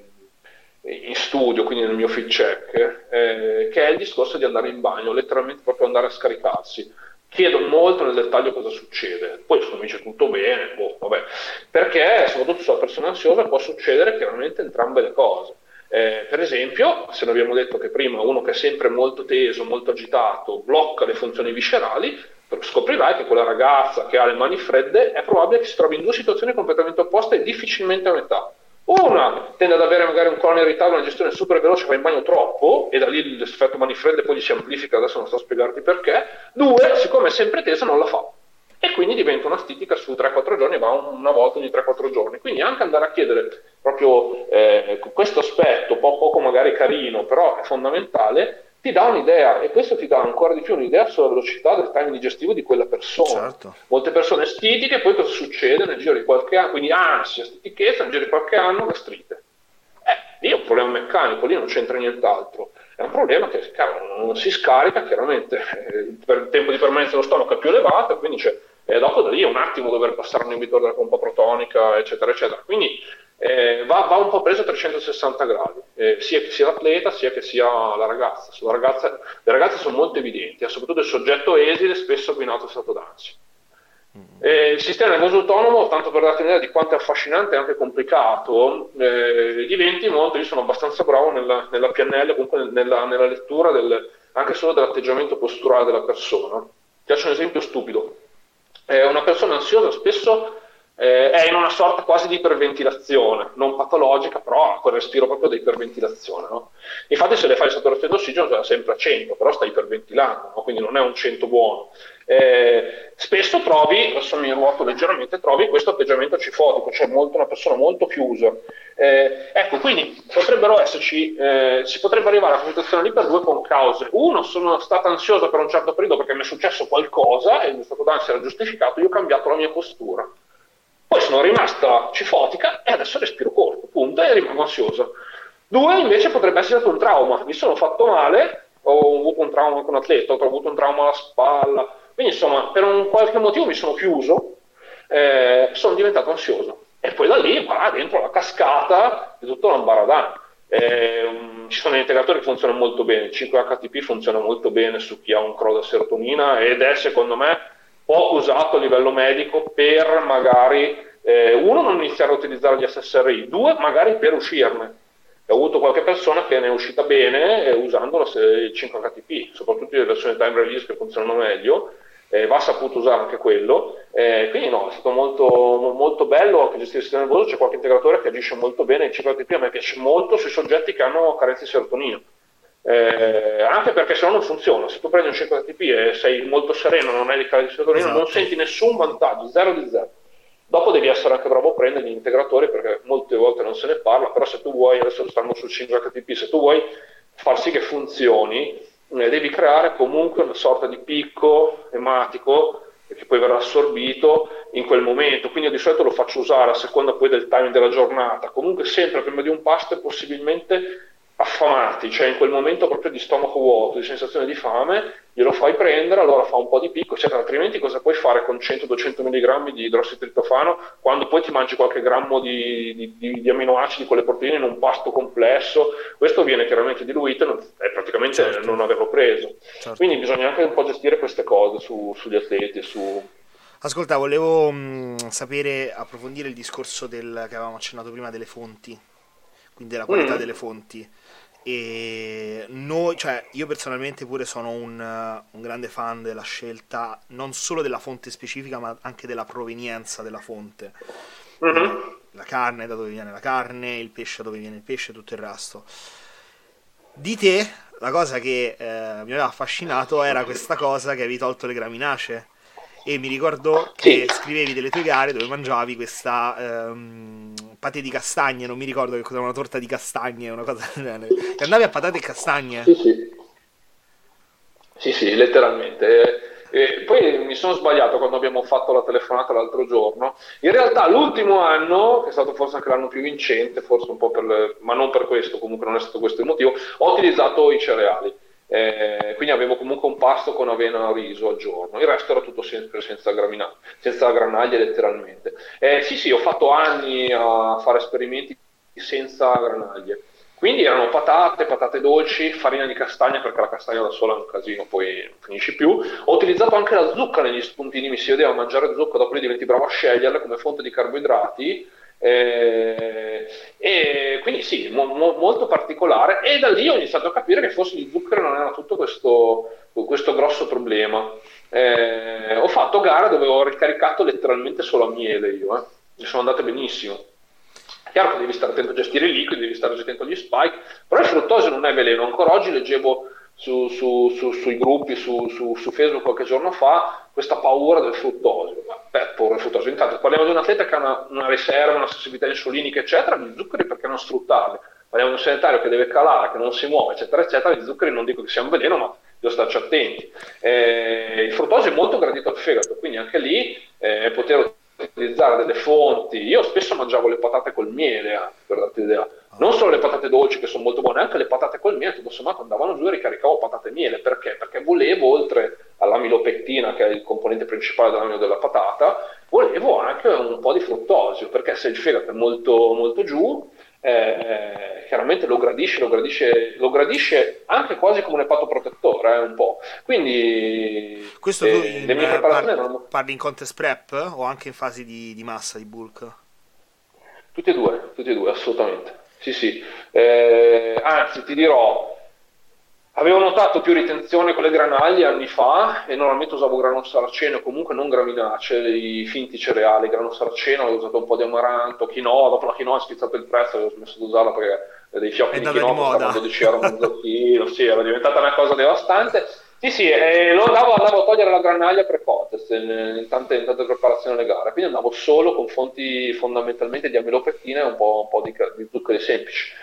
in studio, quindi nel mio fit check, eh, che è il discorso di andare in bagno, letteralmente proprio andare a scaricarsi. Chiedo molto nel dettaglio cosa succede, poi se mi dice tutto bene, boh, vabbè, perché soprattutto sulla persona ansiosa può succedere chiaramente entrambe le cose. Eh, per esempio, se ne abbiamo detto che prima uno che è sempre molto teso, molto agitato, blocca le funzioni viscerali, scoprirai che quella ragazza che ha le mani fredde è probabile che si trovi in due situazioni completamente opposte e difficilmente a metà. Una tende ad avere magari un colon irritabile, una gestione super veloce, va in bagno troppo e da lì l'effetto mani fredde poi gli si amplifica, adesso non sto a spiegarti perché. Due, siccome è sempre tesa non la fa e quindi diventa una stitica su tre quattro giorni, va una volta ogni tre quattro giorni, quindi anche andare a chiedere proprio eh, questo aspetto poco, poco magari carino, però è fondamentale, ti dà un'idea, e questo ti dà ancora di più un'idea sulla velocità del timing digestivo di quella persona. Certo. Molte persone stitiche, poi cosa succede nel giro di qualche anno? Quindi ansia, stitichezza, nel giro di qualche anno gastrite. Eh, lì è un problema meccanico, lì non c'entra nient'altro. È un problema che cavolo, non si scarica, chiaramente eh, il tempo di permanenza dello stomaco è più elevato, quindi c'è, eh, dopo da lì è un attimo dover passare un inibitore della pompa protonica, eccetera, eccetera. Quindi Eh, va, va un po' preso a trecentosessanta gradi, eh, sia che sia l'atleta sia che sia la ragazza. Sulla ragazza le ragazze sono molto evidenti, eh, soprattutto il soggetto esile spesso abbinato a stato d'ansia. Eh, il sistema nervoso autonomo, tanto per darti un'idea di quanto è affascinante e anche complicato, eh, diventi molto, io sono abbastanza bravo nella, nella P N L, comunque nella, nella lettura del, anche solo dell'atteggiamento posturale della persona. Ti faccio un esempio stupido. Eh, una persona ansiosa spesso Eh, è in una sorta quasi di iperventilazione, non patologica, però ha quel respiro proprio di iperventilazione, no? Infatti se le fai saturazione d'ossigeno sarà sempre a cento, però sta iperventilando, no? Quindi non è un cento buono. Eh, spesso trovi, adesso mi ruoto leggermente, trovi questo atteggiamento cifotico, cioè molto, una persona molto chiusa. Eh, ecco, quindi potrebbero esserci, eh, si potrebbe arrivare a questa situazione lì per due concause. Uno, sono stata ansiosa per un certo periodo perché mi è successo qualcosa e il mio stato d'ansia era giustificato, io ho cambiato la mia postura. Poi sono rimasta cifotica e adesso respiro corto, punto, e rimango ansiosa. Due, invece, potrebbe essere stato un trauma. Mi sono fatto male, ho avuto un trauma con un atleta, ho avuto un trauma alla spalla, quindi insomma, per un qualche motivo mi sono chiuso, eh, sono diventato ansioso. e poi da lì va dentro la cascata di tutto l'ambaradan. Eh, um, ci sono integratori che funzionano molto bene, il cinque H T P funziona molto bene su chi ha un crollo da serotonina ed è secondo me poco usato a livello medico per magari eh, uno non iniziare a utilizzare gli S S R I, due magari per uscirne. Ho avuto qualche persona che ne è uscita bene eh, usando lo, il cinque H T P, soprattutto le versioni time release che funzionano meglio. Eh, va saputo usare anche quello, eh, quindi no, è stato molto, molto bello anche gestire il sistema nervoso. C'è qualche integratore che agisce molto bene. Il cinque H T P a me piace molto sui soggetti che hanno carenze di serotonina, eh, anche perché se no non funziona. Se tu prendi un cinque H T P e sei molto sereno, non hai di carenze di serotonina, esatto, non senti nessun vantaggio, zero di zero. Dopo devi essere anche bravo a prendere gli integratori, perché molte volte non se ne parla, però se tu vuoi, adesso stanno sul cinque H T P, se tu vuoi far sì che funzioni, devi creare comunque una sorta di picco ematico che poi verrà assorbito in quel momento. Quindi io di solito lo faccio usare a seconda poi del timing della giornata, comunque sempre prima di un pasto e possibilmente affamati, cioè in quel momento proprio di stomaco vuoto, di sensazione di fame, glielo fai prendere, allora fa un po' di picco, eccetera. Altrimenti cosa puoi fare con cento duecento milligrammi di idrossitriptofano quando poi ti mangi qualche grammo di, di, di, di aminoacidi con le proteine in un pasto complesso? Questo viene chiaramente diluito e praticamente certo, non averlo preso. Certo. Quindi bisogna anche un po' gestire queste cose su, sugli atleti. Su... Ascolta, volevo mh, sapere, approfondire il discorso del, che avevamo accennato prima, delle fonti, quindi della qualità mm. delle fonti. E noi, cioè io personalmente pure sono un, un grande fan della scelta non solo della fonte specifica ma anche della provenienza della fonte. Mm-hmm. La carne da dove viene la carne, il pesce da dove viene il pesce, tutto il resto. Di te la cosa che eh, mi aveva affascinato era questa cosa che avevi tolto le graminacee, e mi ricordo che sì, scrivevi delle tue gare dove mangiavi questa ehm, paté di castagne, non mi ricordo che cos'era, una torta di castagne, una cosa del genere, che andavi a patate e castagne. Sì, sì, sì, sì, letteralmente. E poi mi sono sbagliato quando abbiamo fatto la telefonata l'altro giorno. In realtà l'ultimo anno, che è stato forse anche l'anno più vincente, forse un po' per le, ma non per questo, comunque non è stato questo il motivo, ho utilizzato i cereali. Eh, quindi avevo comunque un pasto con avena e riso al giorno, il resto era tutto sempre senza, gramina, senza granaglie letteralmente. Eh, sì, sì, ho fatto anni a fare esperimenti senza granaglie. Quindi erano patate, patate dolci, farina di castagna, perché la castagna da sola è un casino, poi non finisci più. Ho utilizzato anche la zucca negli spuntini, mi si vedeva mangiare zucca, dopo lì diventi bravo a sceglierla come fonte di carboidrati. Eh, e quindi sì, mo, mo, molto particolare, e da lì ho iniziato a capire che forse gli zuccheri non era tutto questo, questo grosso problema. Eh, ho fatto gare dove ho ricaricato letteralmente solo a miele io, eh. Mi sono andate benissimo. Chiaro che devi stare attento a gestire i liquidi, devi stare attento agli spike, però il fruttosio non è veleno. Ancora oggi leggevo su, su, su, sui gruppi, su, su, su Facebook qualche giorno fa, questa paura del fruttosio. Beh, paura del fruttosio. Intanto parliamo di un atleta che ha una, una riserva, una sensibilità insulinica, eccetera, gli zuccheri perché non sfruttarli? Parliamo di un sanitario che deve calare, che non si muove, eccetera, eccetera. Gli zuccheri non dico che sia un veleno, ma devo starci attenti. Eh, il fruttosio è molto gradito al fegato, quindi anche lì eh, poter utilizzare delle fonti. Io spesso mangiavo le patate col miele, anche, per darti l'idea. Non solo le patate dolci che sono molto buone, anche le patate col miele, tutto sommato andavano giù e ricaricavo patate e miele. Perché? Perché volevo, oltre all'amilopectina, che è il componente principale dell'amino della patata, volevo anche un po' di fruttosio, perché se il fegato è molto, molto giù, eh, chiaramente lo gradisce, lo gradisce, lo gradisce anche quasi come un epatoprotettore, eh, un po'. Quindi questo tu in, le mie preparazioni parli, erano... parli in contest prep o anche in fasi di, di massa, di bulk? Tutti e due, tutti e due, assolutamente. Sì, sì. Eh, anzi, ti dirò, avevo notato più ritenzione con le granaglie anni fa, e normalmente usavo grano saraceno, comunque non graminacee, i finti cereali, grano saraceno, avevo usato un po' di amaranto, quinoa, dopo la quinoa è schizzato il prezzo, avevo smesso di usarla perché dei fiocchi di quinoa costavano dodici euro mezzo chilo, sì, era diventata una cosa devastante. Sì, sì, e lo andavo, andavo a togliere la granaglia pre-contest in, in, tante, in tante preparazioni alle gare, quindi andavo solo con fonti fondamentalmente di amilopectina e un po', un po' di, di zuccheri semplici.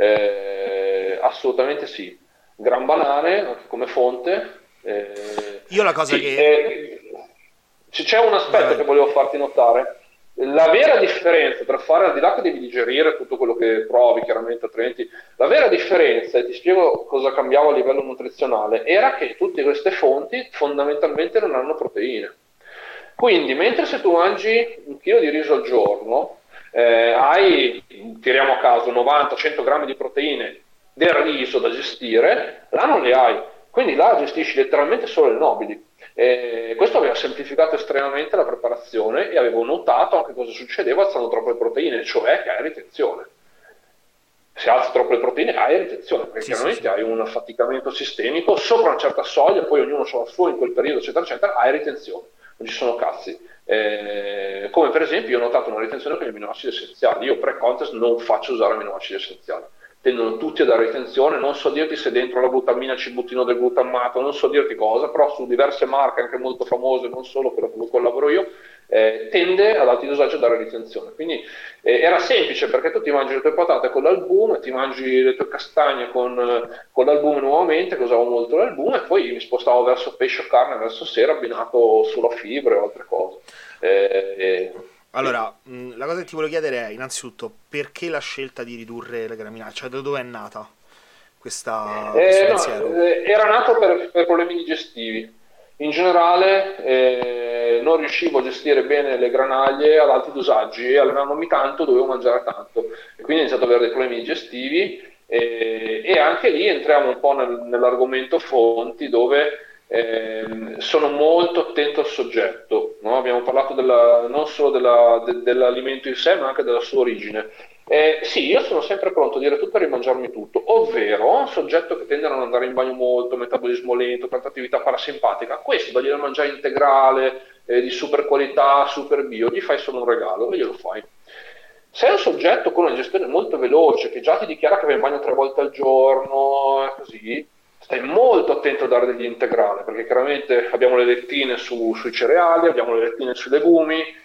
Eh, assolutamente sì. Gran banane anche come fonte. Eh, Io la cosa sì, che... Eh, c'è un aspetto Vai. che volevo farti notare. La vera differenza tra fare, al di là che devi digerire tutto quello che provi, chiaramente, altrimenti, la vera differenza, e ti spiego cosa cambiava a livello nutrizionale, era che tutte queste fonti fondamentalmente non hanno proteine. Quindi, mentre se tu mangi un chilo di riso al giorno, eh, hai, tiriamo a caso, novanta cento grammi di proteine del riso da gestire, là non le hai, quindi là gestisci letteralmente solo le nobili. Eh, questo aveva semplificato estremamente la preparazione e avevo notato anche cosa succedeva alzando troppe proteine, cioè che hai ritenzione. Se alzi troppo le proteine hai ritenzione, perché Sì, sì, chiaramente sì. hai un affaticamento sistemico sopra una certa soglia, poi ognuno ce la sua in quel periodo, eccetera, eccetera, hai ritenzione, non ci sono cazzi. Eh, come per esempio io ho notato una ritenzione con gli aminoacidi essenziali, io pre-contest non faccio usare aminoacidi essenziali, tendono tutti a dare ritenzione, non so dirti se dentro la glutamina c'è il butino del glutammato, non so dirti cosa, però su diverse marche anche molto famose, non solo per cui collaboro io, eh, tende ad alti dosaggi a dare ritenzione. Quindi eh, era semplice perché tu ti mangi le tue patate con l'albume, ti mangi le tue castagne con, eh, con l'albume nuovamente, che usavo molto l'albume, e poi mi spostavo verso pesce o carne verso sera abbinato solo a fibre o altre cose. Eh, eh, sì. Allora, mh, la cosa che ti volevo chiedere è innanzitutto perché la scelta di ridurre le graminacce? Cioè, da dove è nata questa- questo Eh, no, pensiero? eh, era nato per, per problemi digestivi. In generale eh, non riuscivo a gestire bene le granaglie ad alti dosaggi e allenandomi tanto dovevo mangiare tanto e quindi ho iniziato ad avere dei problemi digestivi e, e anche lì entriamo un po' nel- nell'argomento fonti dove ehm, sono molto attento al soggetto, no? Abbiamo parlato della- non solo della- de- dell'alimento in sé ma anche della sua origine. Eh, sì, io sono sempre pronto a dire tutto e rimangiarmi tutto, ovvero un soggetto che tende a non andare in bagno molto, metabolismo lento, tanta attività parasimpatica, questo dagli da mangiare integrale, eh, di super qualità, super bio, gli fai solo un regalo e glielo fai. Se è un soggetto con una gestione molto veloce, che già ti dichiara che va in bagno tre volte al giorno, e così, stai molto attento a dare degli integrali, perché chiaramente abbiamo le lettine su- sui cereali, abbiamo le lettine sui legumi,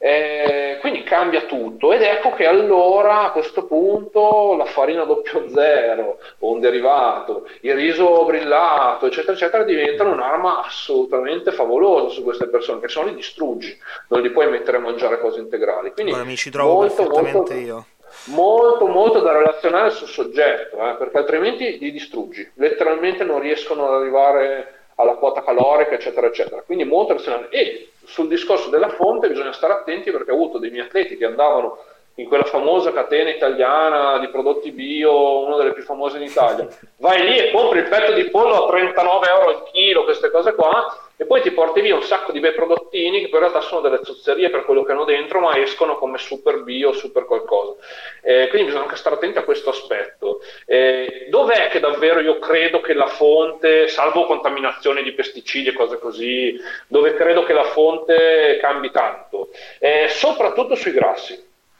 eh, quindi cambia tutto ed ecco che allora a questo punto la farina doppio zero o un derivato, il riso brillato, eccetera, eccetera, diventano un'arma assolutamente favolosa su queste persone, che se no li distruggi, non li puoi mettere a mangiare cose integrali. Quindi Guarda, mi ci trovo molto, perfettamente molto, io. molto, molto da relazionare sul soggetto, eh, perché altrimenti li distruggi, letteralmente non riescono ad arrivare alla quota calorica, eccetera, eccetera. Quindi molto relazionale. E sul discorso della fonte bisogna stare attenti perché ho avuto dei miei atleti che andavano in quella famosa catena italiana di prodotti bio, una delle più famose in Italia. Vai lì e compri il petto di pollo a trentanove euro al chilo, queste cose qua, e poi ti porti via un sacco di bei prodottini che poi in realtà sono delle zozzerie per quello che hanno dentro, ma escono come super bio, super qualcosa. Eh, quindi bisogna anche stare attenti a questo aspetto. Eh, dov'è che davvero io credo che la fonte, salvo contaminazione di pesticidi e cose così, dove credo che la fonte cambi tanto? Eh, soprattutto sui grassi.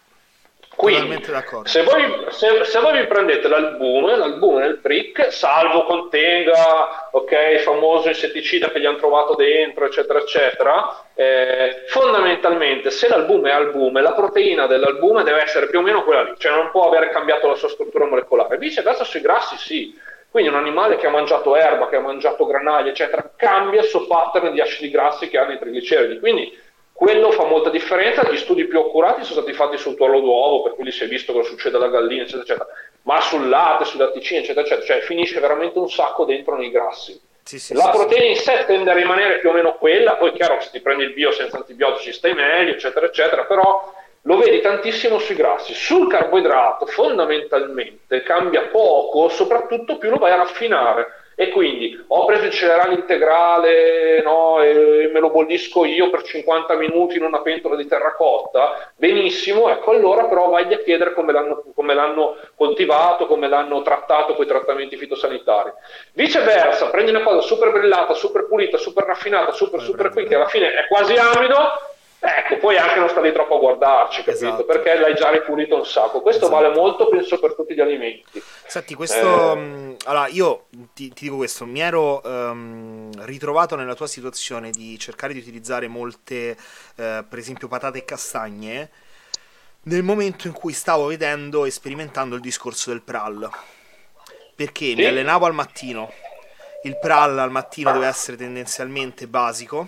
Quindi, Totalmente d'accordo. se voi, se, se voi vi prendete l'albume, l'albume nel brick, salvo contenga, ok, il famoso insetticida che gli hanno trovato dentro, eccetera, eccetera, eh, fondamentalmente, se l'albume è albume, la proteina dell'albume deve essere più o meno quella lì, cioè non può aver cambiato la sua struttura molecolare. Viceversa sui grassi sì. Quindi un animale che ha mangiato erba, che ha mangiato granaglie, eccetera, cambia il suo pattern di acidi grassi che ha nei trigliceridi. Quindi quello fa molta differenza, gli studi più accurati sono stati fatti sul tuorlo d'uovo, per cui lì si è visto cosa succede alla gallina, eccetera, eccetera, ma sul latte, sui latticini, eccetera, eccetera, cioè finisce veramente un sacco dentro nei grassi. Sì, sì, La sì, sì. proteina in sé tende a rimanere più o meno quella, poi è chiaro che se ti prendi il bio senza antibiotici stai meglio, eccetera, eccetera, però lo vedi tantissimo sui grassi. Sul carboidrato fondamentalmente cambia poco, soprattutto più lo vai a raffinare. E quindi ho preso il cereale integrale, no, e me lo bollisco io per cinquanta minuti in una pentola di terracotta, benissimo, ecco allora però vai a chiedere come l'hanno, come l'hanno coltivato, come l'hanno trattato con i trattamenti fitosanitari. Viceversa, prendi una cosa super brillata, super pulita, super raffinata, super Vai, super prendi, qui, che prendi. alla fine è quasi amido, ecco, poi anche non stare troppo a guardarci, capito? Esatto, Perché l'hai già ripulito un sacco. Questo vale esatto. molto, penso, per tutti gli alimenti. Senti, questo... Eh, mh, allora, io ti, ti dico questo, mi ero ehm, ritrovato nella tua situazione di cercare di utilizzare molte, eh, per esempio, patate e castagne, nel momento in cui stavo vedendo e sperimentando il discorso del pral. Perché mi sì? allenavo al mattino, il pral al mattino deve essere tendenzialmente basico,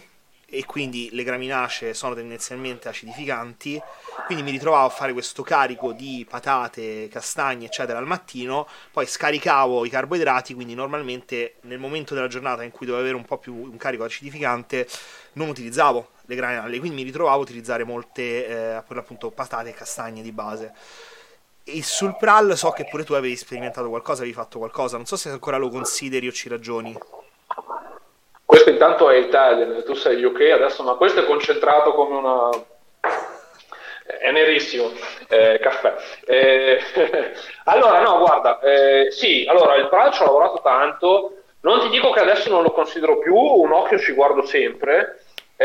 e quindi le graminacee sono tendenzialmente acidificanti, quindi mi ritrovavo a fare questo carico di patate, castagne eccetera al mattino, poi scaricavo i carboidrati, quindi normalmente nel momento della giornata in cui dovevo avere un po' più un carico acidificante non utilizzavo le grane, quindi mi ritrovavo a utilizzare molte eh, per l'appunto patate e castagne di base. E sul Pral so che pure tu avevi sperimentato qualcosa, avevi fatto qualcosa, non so se ancora lo consideri o ci ragioni. Questo intanto è Italian, tu sei U K adesso, ma questo è concentrato come una... è nerissimo, eh, caffè. Eh, allora, no, guarda, eh, sì, allora il Pral ci ho lavorato tanto, non ti dico che adesso non lo considero più, un occhio ci guardo sempre,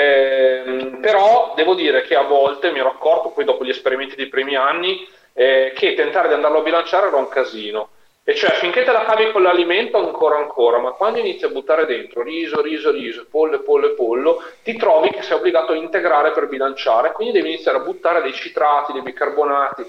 eh, però devo dire che a volte mi ero accorto, poi dopo gli esperimenti dei primi anni, eh, che tentare di andarlo a bilanciare era un casino. E cioè, finché te la cavi con l'alimento ancora ancora, ma quando inizi a buttare dentro riso, riso, riso, pollo, pollo e pollo, ti trovi che sei obbligato a integrare per bilanciare, quindi devi iniziare a buttare dei citrati, dei bicarbonati.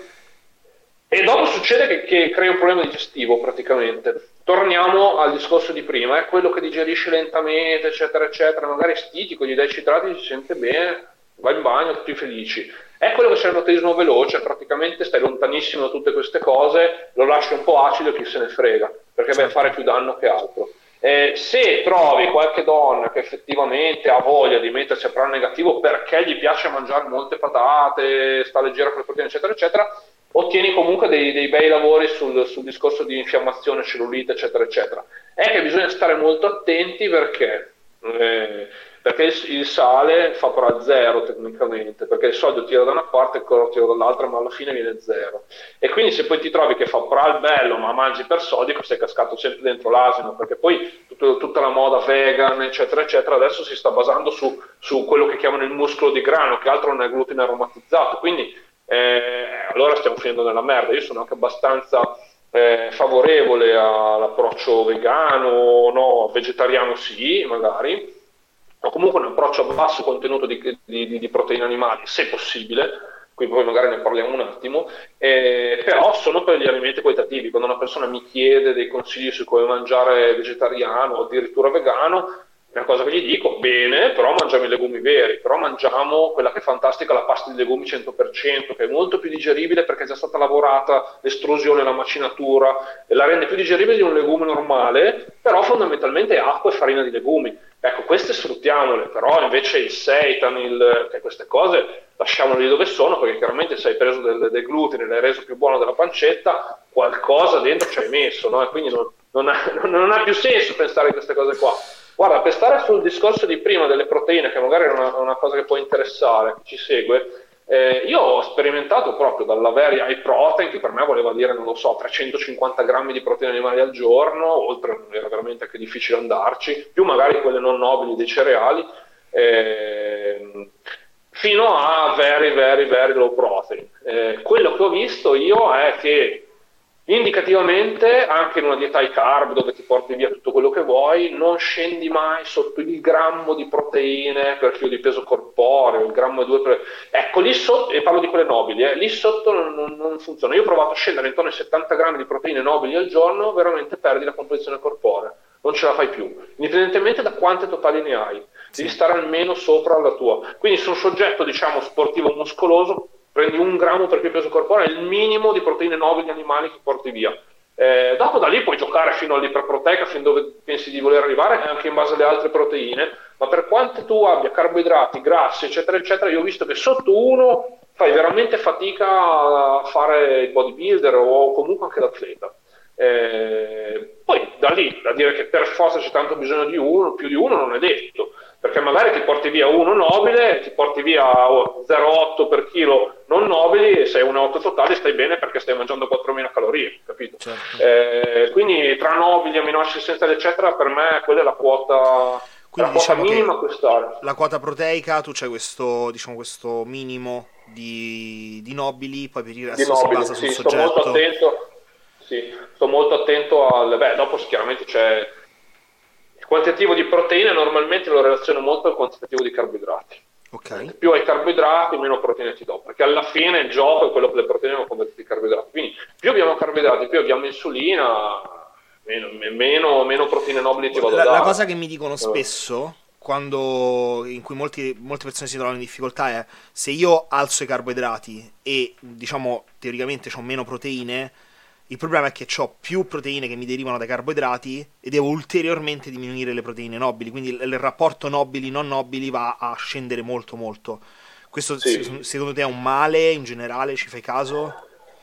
E dopo succede che, che crei un problema digestivo praticamente. Torniamo al discorso di prima, è quello che digerisce lentamente, eccetera, eccetera, magari stitico, gli dai citrati, si sente bene, vai in bagno, tutti felici. È quello che c'è il metabolismo veloce, praticamente stai lontanissimo da tutte queste cose, lo lasci un po' acido e chi se ne frega, perché va a fare più danno che altro. Eh, se trovi qualche donna che effettivamente ha voglia di mettersi a prano negativo perché gli piace mangiare molte patate, sta leggera con le proteine, eccetera, eccetera, ottieni comunque dei, dei bei lavori sul, sul discorso di infiammazione, cellulite, eccetera, eccetera. È che bisogna stare molto attenti perché... Eh, perché il, il sale fa però a zero tecnicamente, perché il sodio tira da una parte e il cloro tira dall'altra, ma alla fine viene zero. E quindi se poi ti trovi che fa pral bello ma mangi per sodico, sei cascato sempre dentro l'asino, perché poi tutto, tutta la moda vegan, eccetera, eccetera, adesso si sta basando su, su quello che chiamano il muscolo di grano, che altro non è glutine aromatizzato, quindi eh, allora stiamo finendo nella merda. Io sono anche abbastanza... Eh, favorevole all'approccio vegano, no, vegetariano sì, magari, o comunque un approccio a basso contenuto di, di, di proteine animali, se possibile, qui poi magari ne parliamo un attimo, eh, però sono per gli alimenti qualitativi. Quando una persona mi chiede dei consigli su come mangiare vegetariano o addirittura vegano, è una cosa che gli dico, bene, però mangiamo i legumi veri, però mangiamo quella che è fantastica, la pasta di legumi cento per cento, che è molto più digeribile perché è già stata lavorata l'estrusione, la macinatura, e la rende più digeribile di un legume normale, però fondamentalmente è acqua e farina di legumi. Ecco, queste sfruttiamole, però invece il seitan, il, che queste cose lasciamole dove sono, perché chiaramente se hai preso del, del glutine, l'hai reso più buono della pancetta, qualcosa dentro ci hai messo, no? E quindi non, non, ha, non ha più senso pensare a queste cose qua. Guarda, per stare sul discorso di prima delle proteine, che magari è una, una cosa che può interessare chi ci segue, eh, io ho sperimentato proprio dalla very high protein, che per me voleva dire, non lo so, trecentocinquanta grammi di proteine animali al giorno, oltre era veramente anche difficile andarci, più magari quelle non nobili dei cereali, eh, fino a very, very, very low protein. Eh, quello che ho visto io è che indicativamente, anche in una dieta high carb dove ti porti via tutto quello che vuoi, non scendi mai sotto il grammo di proteine per chilo di peso corporeo, il grammo e due per... Ecco, lì sotto, e parlo di quelle nobili, eh, lì sotto non, non, non funziona. Io ho provato a scendere intorno ai settanta grammi di proteine nobili al giorno, veramente perdi la composizione corporea, non ce la fai più, indipendentemente da quante totali ne hai, devi stare almeno sopra la tua. Quindi su un soggetto, diciamo, sportivo muscoloso, prendi un grammo per peso corporeo, è il minimo di proteine nobili animali che porti via. Eh, dopo da lì puoi giocare fino all'iperproteica, fin dove pensi di voler arrivare, anche in base alle altre proteine, ma per quanto tu abbia carboidrati, grassi, eccetera, eccetera, io ho visto che sotto uno fai veramente fatica a fare il bodybuilder o comunque anche l'atleta. Eh, poi da lì, da dire che per forza c'è tanto bisogno di uno, più di uno non è detto, perché magari ti porti via uno nobile, ti porti via zero virgola otto per chilo non nobili e sei uno virgola otto totale, stai bene perché stai mangiando quattromila calorie, capito? Certo. Eh, quindi tra nobili, amminoacidi essenziali eccetera, per me quella è la quota, quindi, la quota diciamo minima a quest'area. La quota proteica, tu c'hai questo, diciamo, questo minimo di, di nobili, poi per il resto di nobili, si basa sì, sul sto soggetto. Molto attento, sì, sto molto attento al... Beh, dopo chiaramente c'è... Il quantitativo di proteine normalmente lo relaziono molto al quantitativo di carboidrati. Okay. Più hai carboidrati, meno proteine ti do, perché alla fine il gioco è quello che le proteine hanno convertito in carboidrati. Quindi più abbiamo carboidrati, più abbiamo insulina, meno, meno, meno proteine nobili ti vado la, a dare. La cosa che mi dicono spesso quando, in cui molti, molte persone si trovano in difficoltà è se io alzo i carboidrati e diciamo teoricamente ho meno proteine, il problema è che ho più proteine che mi derivano dai carboidrati e devo ulteriormente diminuire le proteine nobili, quindi il, il rapporto nobili non nobili va a scendere molto molto. Questo Sì. secondo te è un male in generale? Ci fai caso?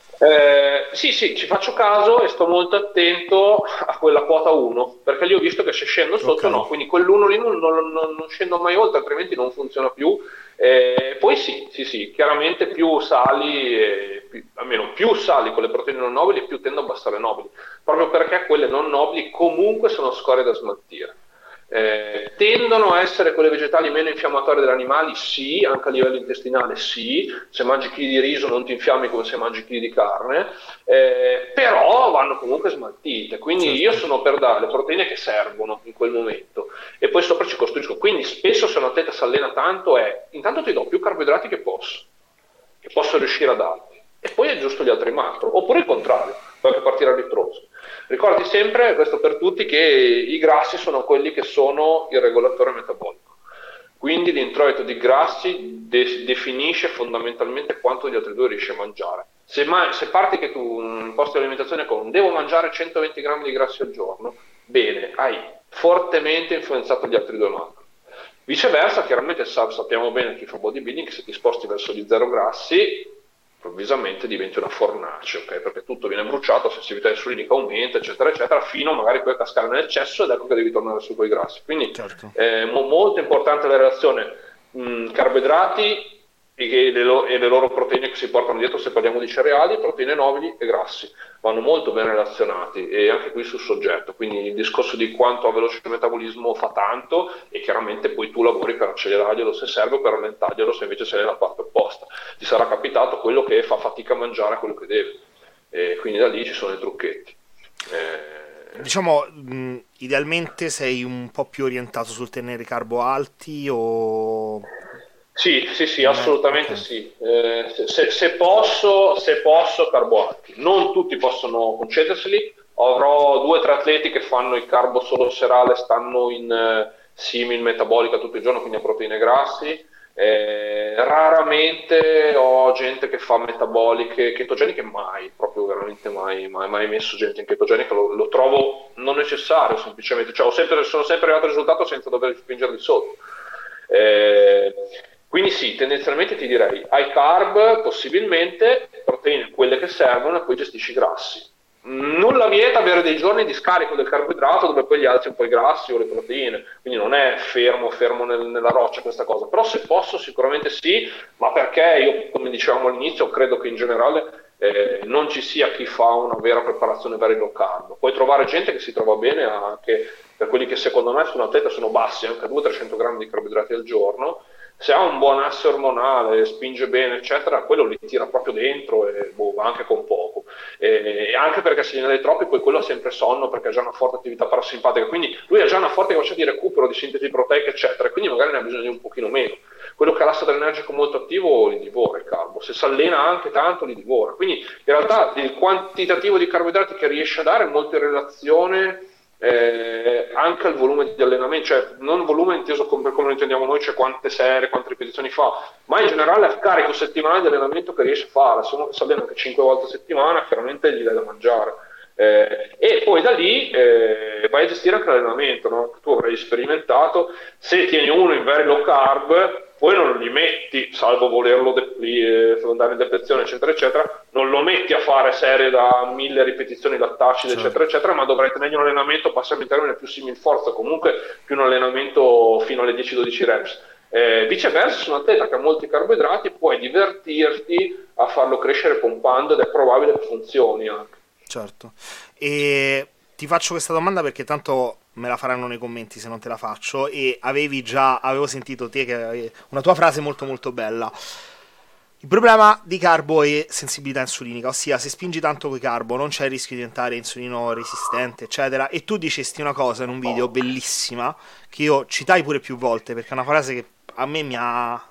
Eh, sì, sì, ci faccio caso e sto molto attento a quella quota uno, perché lì ho visto che se scendo Ok, sotto no, quindi quell'uno lì non, non- non- non scendo mai oltre, altrimenti non funziona più. Eh, poi sì, sì, sì, chiaramente più sali, eh, più- almeno più sali con le proteine non nobili, più tendo a abbassare le nobili, proprio perché quelle non nobili comunque sono scorie da smaltire. Eh, tendono a essere quelle vegetali meno infiammatorie degli animali? Sì, anche a livello intestinale sì, se mangi chili di riso non ti infiammi come se mangi chili di carne, eh, però vanno comunque smaltite, quindi io certo. sono per dare le proteine che servono in quel momento e poi sopra ci costruisco, quindi spesso se un atleta si allena tanto è, intanto ti do più carboidrati che posso, che posso riuscire a darti, e poi aggiusto gli altri macro, oppure il contrario, puoi anche partire a ritroso. Ricordi sempre, questo per tutti, che i grassi sono quelli che sono il regolatore metabolico. Quindi l'introito di grassi de- definisce fondamentalmente quanto gli altri due riesci a mangiare. Se, ma- se parti che tu un posto di alimentazione con devo mangiare centoventi grammi di grassi al giorno, bene, hai fortemente influenzato gli altri due macro. Viceversa, chiaramente sa- sappiamo bene chi fa bodybuilding che se ti sposti verso gli zero grassi, improvvisamente diventi una fornace, ok? Perché tutto viene bruciato, la sensibilità insulinica aumenta, eccetera, eccetera, fino a magari poi a cascare nell'eccesso ed ecco che devi tornare su quei grassi. Quindi Certo. è mo- molto importante la relazione mh, carboidrati e le, lo- e le loro proteine che si portano dietro, se parliamo di cereali, proteine nobili e grassi vanno molto ben relazionati e anche qui sul soggetto, quindi il discorso di quanto ha veloce metabolismo fa tanto e chiaramente poi tu lavori per accelerarglielo se serve o per rallentarglielo se invece sei nella parte opposta. Ti sarà capitato quello che fa fatica a mangiare quello che deve e quindi da lì ci sono i trucchetti. Eh, Diciamo, mh, idealmente sei un po' più orientato sul tenere i carbo alti o... Sì, sì, sì, Me- assolutamente ok, sì. Eh, se, se posso, se posso, carboidrati. Non tutti possono concederseli. Avrò due o tre atleti che fanno il carbo solo serale, stanno in eh, simil metabolica tutto il giorno, quindi a proteine grassi. Eh, raramente ho gente che fa metaboliche, ketogeniche mai, proprio veramente mai, mai, mai messo gente in ketogenica, lo, lo trovo non necessario semplicemente, cioè ho sempre, sono sempre arrivato al risultato senza dover spingere di sotto. Eh, quindi sì, tendenzialmente ti direi high carb, possibilmente, proteine quelle che servono e poi gestisci i grassi. Nulla vieta avere dei giorni di scarico del carboidrato dove poi gli alzi un po' i grassi o le proteine, quindi non è fermo, fermo nel- nella roccia questa cosa, però se posso sicuramente sì, ma perché io, come dicevamo all'inizio, credo che in generale eh, non ci sia chi fa una vera preparazione per il low carb. Puoi trovare gente che si trova bene anche per quelli che secondo me su un atleta sono bassi, anche duecento trecento grammi di carboidrati al giorno, se ha un buon asse ormonale, spinge bene, eccetera, quello li tira proprio dentro e boh, va anche con poco. E anche perché se gliene dai troppi, poi quello ha sempre sonno perché ha già una forte attività parasimpatica, quindi lui ha già una forte capacità di recupero, di sintesi proteica, eccetera, e quindi magari ne ha bisogno di un pochino meno. Quello che ha l'asse adrenergico molto attivo li divora il carbo, se si allena anche tanto li divora. Quindi in realtà il quantitativo di carboidrati che riesce a dare è molto in relazione eh, anche al volume di allenamento, cioè non volume inteso come, come lo intendiamo noi, cioè quante serie, quante ripetizioni fa, ma in generale al carico settimanale di allenamento che riesce a fare. Se uno che si allena anche cinque volte a settimana, chiaramente gli dai da mangiare. Eh, e poi da lì eh, vai a gestire anche l'allenamento, no? Tu avrai sperimentato, se tieni uno in very low carb, poi non gli metti, salvo volerlo depli- eh, andare in deplezione, eccetera, eccetera, non lo metti a fare serie da mille ripetizioni lattacide, eccetera, certo. eccetera, ma dovrai tenergli un allenamento, passami il termine, più simil forza, comunque più un allenamento fino alle dieci dodici reps. Eh, viceversa, su un atleta che ha molti carboidrati, puoi divertirti a farlo crescere pompando ed è probabile che funzioni anche. Certo. E ti faccio questa domanda perché tanto me la faranno nei commenti se non te la faccio e avevi già, avevo sentito te che avevi una tua frase molto molto bella. Il problema di carbo è sensibilità insulinica, ossia se spingi tanto con i carbo non c'è il rischio di diventare insulino resistente, eccetera. E tu dicesti una cosa in un video bellissima che io citai pure più volte perché è una frase che a me mi ha...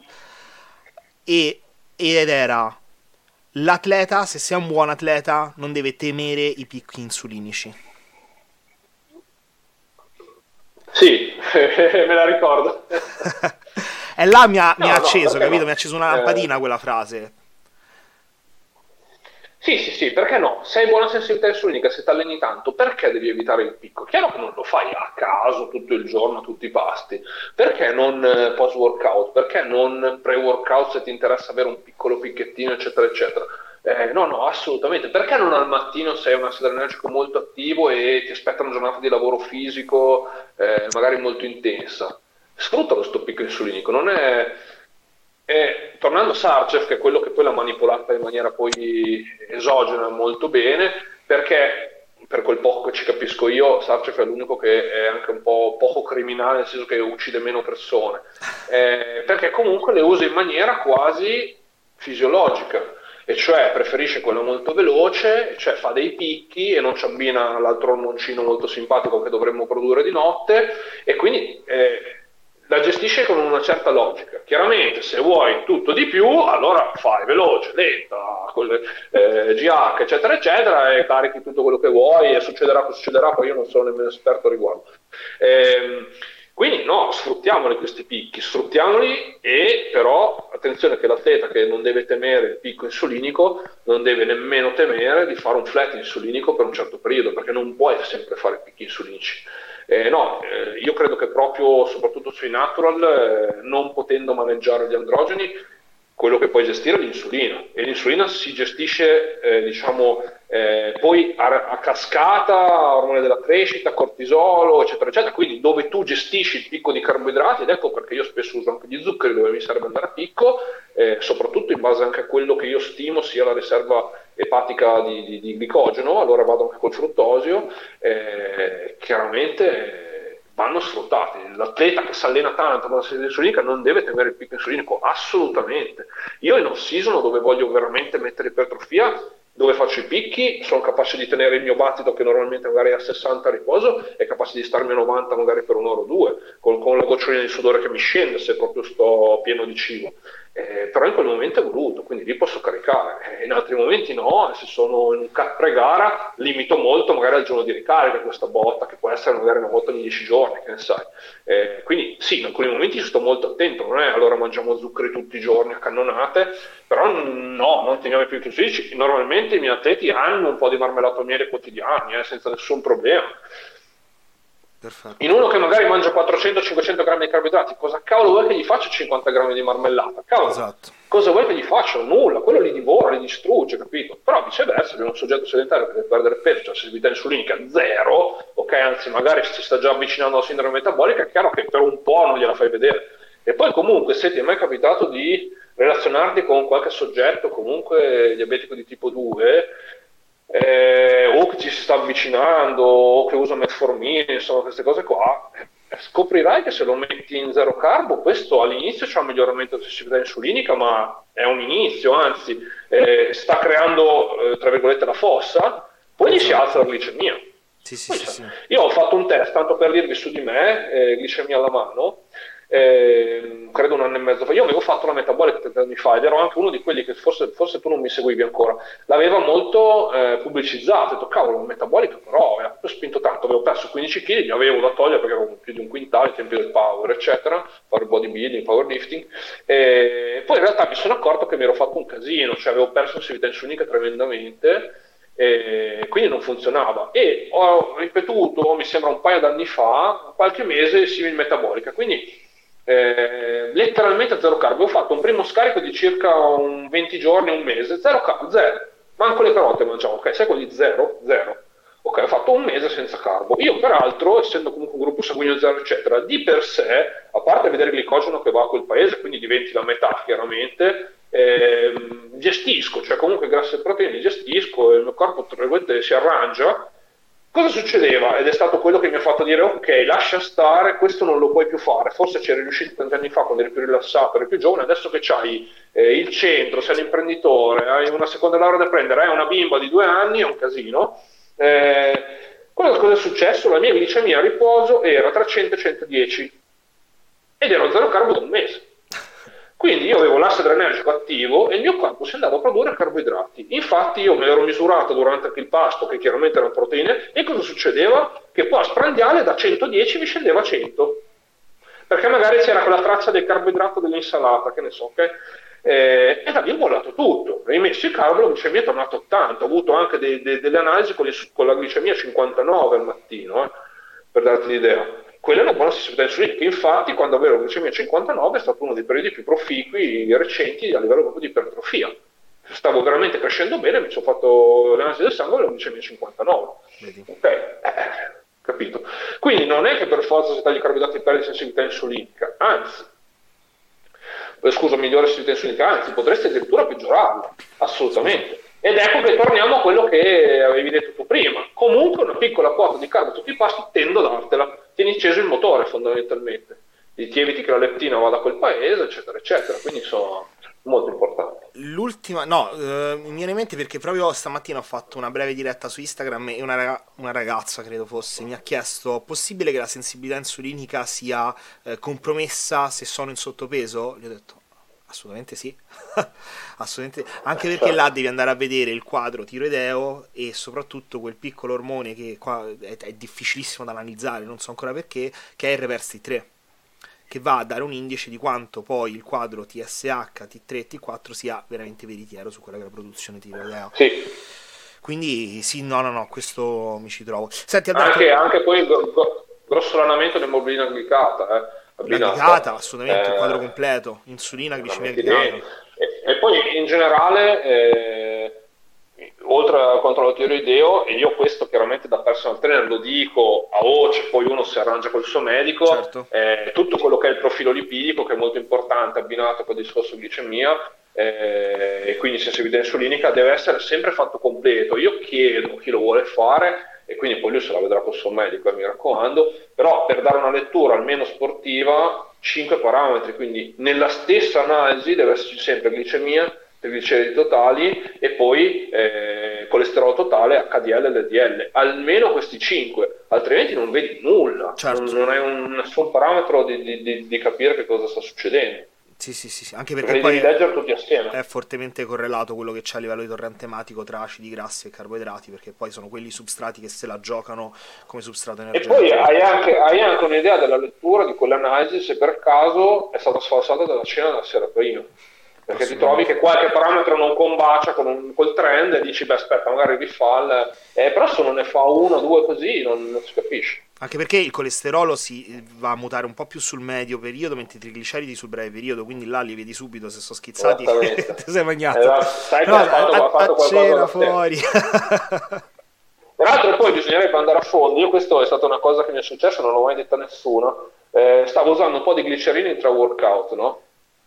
E, ed era l'atleta, se sei un buon atleta, non deve temere i picchi insulinici. Sì, me la ricordo. E là mi ha, mi No, ha no, acceso, perché capito? no? Mi ha acceso una Eh, lampadina quella frase. Sì, sì, sì, perché no? Se hai buona sensibilità insulinica, se ti alleni tanto, perché devi evitare il picco? Chiaro che non lo fai a caso tutto il giorno, tutti i pasti. Perché non eh, post-workout? Perché non pre-workout se ti interessa avere un piccolo picchettino, eccetera, eccetera? Eh, no, no, assolutamente. Perché non al mattino sei un acido energico molto attivo e ti aspetta una giornata di lavoro fisico, eh, magari molto intensa? Sfruttalo sto picco insulinico, non è... E, tornando a Sarcev, che è quello che poi l'ha manipolata in maniera poi esogena molto bene, perché per quel poco che ci capisco io, Sarcev è l'unico che è anche un po' poco criminale, nel senso che uccide meno persone, eh, perché comunque le usa in maniera quasi fisiologica, e cioè preferisce quello molto veloce, cioè fa dei picchi e non ci abbina l'altro ormoncino molto simpatico che dovremmo produrre di notte, e quindi eh, la gestisce con una certa logica. Chiaramente se vuoi tutto di più, allora fai veloce, lenta, con le, eh, G H, eccetera, eccetera, e carichi tutto quello che vuoi e succederà cosa succederà, poi io non sono nemmeno esperto a riguardo. Ehm, quindi no, sfruttiamoli questi picchi, sfruttiamoli, e però attenzione che l'atleta che non deve temere il picco insulinico non deve nemmeno temere di fare un flat insulinico per un certo periodo, perché non puoi sempre fare picchi insulinici. Eh, no, eh, io credo che proprio, soprattutto sui natural, eh, non potendo maneggiare gli androgeni, quello che puoi gestire è l'insulina, e l'insulina si gestisce, eh, diciamo, eh, poi a, a cascata, ormone della crescita, cortisolo, eccetera, eccetera, quindi dove tu gestisci il picco di carboidrati, ed ecco perché io spesso uso anche gli zuccheri dove mi serve andare a picco, eh, soprattutto in base anche a quello che io stimo sia la riserva epatica di, di, di glicogeno, allora vado anche col fruttosio, eh, chiaramente eh, vanno sfruttati. L'atleta che si allena tanto con la sede insulinica non deve temere il picco insulinico, assolutamente. Io in off-season, dove voglio veramente mettere ipertrofia, dove faccio i picchi, sono capace di tenere il mio battito che normalmente magari è a sessanta a riposo, è capace di starmi a novanta magari per un'ora o due, con, con la gocciolina di sudore che mi scende se proprio sto pieno di cibo. Eh, però in quel momento è voluto, quindi lì posso caricare, eh, in altri momenti no, se sono in un pre-gara limito molto magari al giorno di ricarica questa botta, che può essere magari una botta di dieci giorni, che ne sai. Eh, quindi sì, in alcuni momenti sto molto attento, non è allora mangiamo zuccheri tutti i giorni a cannonate, però no, non teniamo più chiusi. Normalmente i miei atleti hanno un po' di marmellato miele quotidiani, eh, senza nessun problema. In Perfetto. uno che magari mangia quattrocento cinquecento grammi di carboidrati, cosa cavolo vuoi che gli faccia cinquanta grammi di marmellata? Cavolo, Esatto. cosa vuoi che gli faccia? Nulla, quello li divora, li distrugge, capito? Però viceversa, abbiamo un soggetto sedentario che deve perdere peso, cioè sensibilità insulinica zero, ok, anzi magari si sta già avvicinando alla sindrome metabolica, è chiaro che per un po' non gliela fai vedere. E poi comunque, se ti è mai capitato di relazionarti con qualche soggetto, comunque diabetico di tipo due, eh, o che ci si sta avvicinando, o che usa metformine, insomma queste cose qua, eh, scoprirai che se lo metti in zero carbo, questo all'inizio c'è un miglioramento della sensibilità insulinica, ma è un inizio, anzi eh, sta creando, eh, tra virgolette, la fossa, poi gli si alza Esatto. la glicemia. Sì, sì, Poi sì, c'è- sì. Io ho fatto un test, tanto per dirvi su di me, eh, glicemia alla mano, eh, credo un anno e mezzo fa. Io avevo fatto la metabolica tanti anni fa ed ero anche uno di quelli che forse, forse tu non mi seguivi ancora, l'aveva molto eh, pubblicizzato. Ho detto cavolo, la metabolica però mi ha proprio spinto tanto, avevo perso quindici chili, li avevo da togliere perché avevo più di un quintale ai tempi del power eccetera, fare bodybuilding, powerlifting, e poi in realtà mi sono accorto che mi ero fatto un casino, cioè avevo perso sensibilità insulinica tremendamente, e quindi non funzionava, e ho ripetuto, mi sembra un paio d'anni fa, qualche mese simil metabolica, quindi eh, letteralmente zero carbo. Ho fatto un primo scarico di circa un venti giorni, un mese, zero carbo, zero, manco le carote mangiavo, ok, sai quelli zero, zero. Ok, ho fatto un mese senza carbo. Io peraltro, essendo comunque un gruppo sanguigno zero, eccetera, di per sé, a parte vedere il glicogeno che va a quel paese, quindi diventi la metà chiaramente, ehm, gestisco, cioè comunque grassi e proteine gestisco, e il mio corpo tra virgolette si arrangia. Cosa succedeva? Ed è stato quello che mi ha fatto dire ok, lascia stare, questo non lo puoi più fare, forse c'eri riuscito tanti anni fa quando eri più rilassato, eri più giovane, adesso che c'hai eh, il centro, sei un imprenditore, hai una seconda laurea da prendere, hai una bimba di due anni, è un casino. Eh, cosa, cosa è successo? La mia glicemia a riposo era tra cento e centodieci ed ero zero carbo da un mese. Quindi io avevo l'asse adrenergico attivo e il mio corpo si andava a produrre carboidrati. Infatti io me l'ero misurato durante il pasto, che chiaramente erano proteine, e cosa succedeva? Che poi a sprandiale da centodieci mi scendeva a cento. Perché magari c'era quella traccia del carboidrato dell'insalata, che ne so, ok? Eh, e da lì ho mollato tutto, ho rimesso il carbo, la glicemia è tornata a ottanta, ho avuto anche de- de- delle analisi con, le- con la glicemia a cinquantanove al mattino, eh, per darti l'idea. Quella è una buona sensibilità insulina, che infatti quando avevo la glicemia a cinquantanove è stato uno dei periodi più proficui recenti a livello proprio di ipertrofia. Stavo veramente crescendo bene, mi sono fatto l'analisi del sangue e la glicemia a cinquantanove. Vedi. Ok, eh, capito. Quindi non è che per forza se tagli i carboidrati perdi sensibilità insulinica, anzi, eh, scusa, migliore sensibilità insulinica, anzi, potresti addirittura peggiorarla, assolutamente. Ed ecco che torniamo a quello che avevi detto tu prima. Comunque una piccola quota di carbo tutti i pasti tendo a dartela, tieni acceso il motore fondamentalmente, ti eviti che la leptina vada a quel paese, eccetera, eccetera, quindi sono molto importanti. L'ultima, no, eh, mi viene in mente perché proprio stamattina ho fatto una breve diretta su Instagram e una, raga- una ragazza, credo fosse, mi ha chiesto: possibile che la sensibilità insulinica sia eh, compromessa se sono in sottopeso? Gli ho detto assolutamente sì, assolutamente, anche perché là devi andare a vedere il quadro tiroideo e soprattutto quel piccolo ormone che qua è, è difficilissimo da analizzare, non so ancora perché, che è il reverse T tre, che va a dare un indice di quanto poi il quadro T S H, T tre e T quattro sia veramente veritiero su quella che è la produzione tiroidea. Sì. Quindi sì, no, no, no, questo mi ci trovo. Senti, Alberto, Anche, anche poi il gro- gro- grossolanamento dell'emoglobina glicata, eh, la abbinata. glicata, assolutamente, il quadro Eh, completo, insulina, la glicemia metti glicata. dentro. E, e poi in generale, eh, oltre al controllo tiroideo, e io questo chiaramente da personal trainer lo dico a voce, poi uno si arrangia col suo medico, Certo. eh, tutto quello che è il profilo lipidico, che è molto importante, abbinato col discorso glicemia, eh, e quindi sensibilità insulinica, deve essere sempre fatto completo. Io chiedo a chi lo vuole fare, e quindi poi lui se la vedrà col suo medico, eh, mi raccomando, però per dare una lettura almeno sportiva, cinque parametri, quindi nella stessa analisi deve esserci sempre glicemia, trigliceridi totali e poi eh, colesterolo totale, H D L e L D L, almeno questi cinque, altrimenti non vedi nulla, Certo. non, non hai un, nessun parametro di, di, di, di capire che cosa sta succedendo. Sì, sì, sì, sì, anche Perché perché li devi poi leggere tutti assieme. è fortemente correlato quello che c'è a livello di torrente ematico tra acidi grassi e carboidrati, perché poi sono quelli substrati che se la giocano come substrato E poi energetico. hai anche, hai anche un'idea della lettura di quell'analisi se per caso è stata sfalsata dalla cena della sera prima. Perché ti trovi che qualche parametro non combacia con un, col trend e dici, beh aspetta, magari rifà, eh, però se non ne fa uno o due così non, non si capisce. Anche perché il colesterolo si va a mutare un po' più sul medio periodo, mentre i trigliceridi sul breve periodo, quindi là li vedi subito se sono schizzati. Esattamente. Ti sei magnato. Esatto. Sai che No, ha fatto, a, ha fatto a qualcosa cena da fuori. Peraltro poi bisognerebbe andare a fondo, io questo è stata una cosa che mi è successa, non l'ho mai detta a nessuno, eh, stavo usando un po' di glicerina intra workout, no?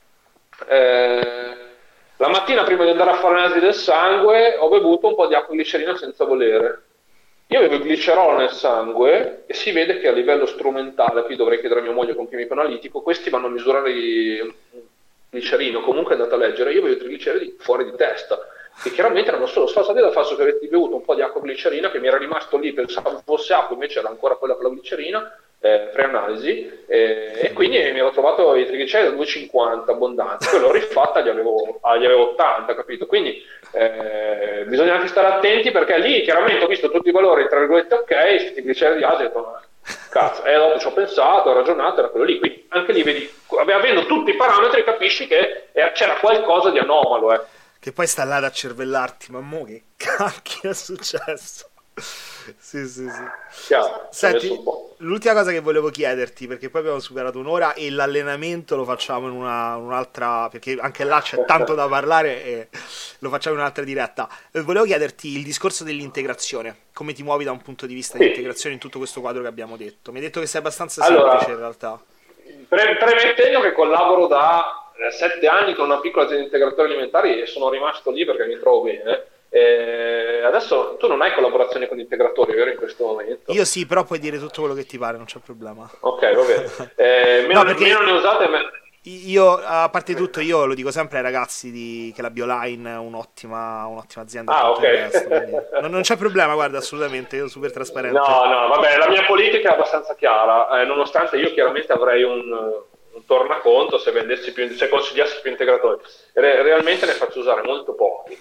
Eh, la mattina prima di andare a fare l'analisi del sangue ho bevuto un po' di acqua glicerina senza volere. Io avevo il glicerolo nel sangue e si vede che a livello strumentale, qui dovrei chiedere a mia moglie con chimico analitico, questi vanno a misurare il glicerino, comunque è andata a leggere, io avevo i trigliceridi fuori di testa, che chiaramente erano solo sfalsati dal fatto che avessi bevuto un po' di acqua glicerina, che mi era rimasto lì, pensavo fosse acqua, invece era ancora quella con la glicerina, eh, pre-analisi, eh, e quindi mi ero trovato i trigliceridi da due virgola cinquanta abbondanti, poi l'ho rifatta, gli avevo, ah, gli avevo ottanta, capito? Quindi eh, bisogna anche stare attenti, perché lì chiaramente ho visto tutti i valori, tra virgolette ok, questi trigliceridi alti, ho detto cazzo, e dopo ci ho pensato, ho ragionato, era quello lì, quindi anche lì vedi, avendo tutti i parametri capisci che c'era qualcosa di anomalo, eh. Che poi sta là ad accervellarti, ma mo che cacchio è successo? Sì, sì, sì. Chiaro, Senti, l'ultima cosa che volevo chiederti, perché poi abbiamo superato un'ora e l'allenamento lo facciamo in una, un'altra, perché anche là c'è tanto da parlare e lo facciamo in un'altra diretta. Volevo chiederti il discorso dell'integrazione, come ti muovi da un punto di vista sì. di integrazione in tutto questo quadro che abbiamo detto. Mi hai detto che sei abbastanza allora, semplice in realtà. Pre- premettendo che collaboro da sette anni con una piccola azienda di integratori alimentari e sono rimasto lì perché mi trovo bene. Eh, adesso tu non hai collaborazioni con integratori, vero, in questo momento? Io sì, però puoi dire tutto quello che ti pare, non c'è problema. Ok, va bene. Eh, meno, No, perché meno ne usate, me... io, a parte tutto, io lo dico sempre ai ragazzi di, che la Bioline è un'ottima, un'ottima azienda. Ah, tutto il ok. resto, quindi non, non c'è problema, guarda, assolutamente, io sono super trasparente. No, no, vabbè, la mia politica è abbastanza chiara, eh, nonostante io chiaramente avrei un, un tornaconto se vendessi più, se consigliassi più integratori. Re- realmente ne faccio usare molto pochi.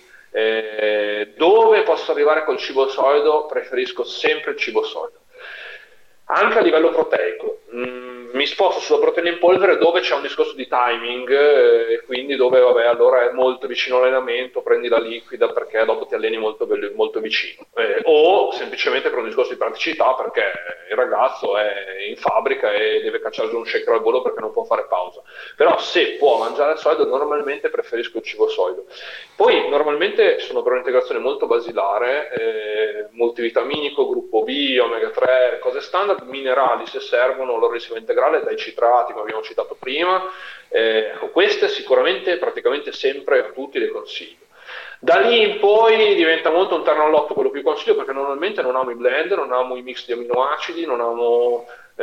Eh, dove posso arrivare col cibo solido, preferisco sempre il cibo solido. Anche a livello proteico, mm, mi sposto sulla proteina in polvere dove c'è un discorso di timing eh, e quindi dove vabbè allora è molto vicino all'allenamento, prendi la liquida perché dopo ti alleni molto, be- molto vicino, eh, o semplicemente per un discorso di praticità perché il ragazzo è in fabbrica e deve cacciare giù un shaker al volo perché non può fare pausa. Però se può mangiare solido normalmente preferisco il cibo solido. Poi normalmente sono per un'integrazione molto basilare, eh, multivitaminico, gruppo B, omega tre, cose standard, minerali se servono, l'orosimo integrale dai citrati come abbiamo citato prima, eh, ecco, queste sicuramente praticamente sempre a tutti le consiglio. Da lì in poi diventa molto un terno all'otto quello che consiglio perché normalmente non amo i blend, non amo i mix di aminoacidi, non amo,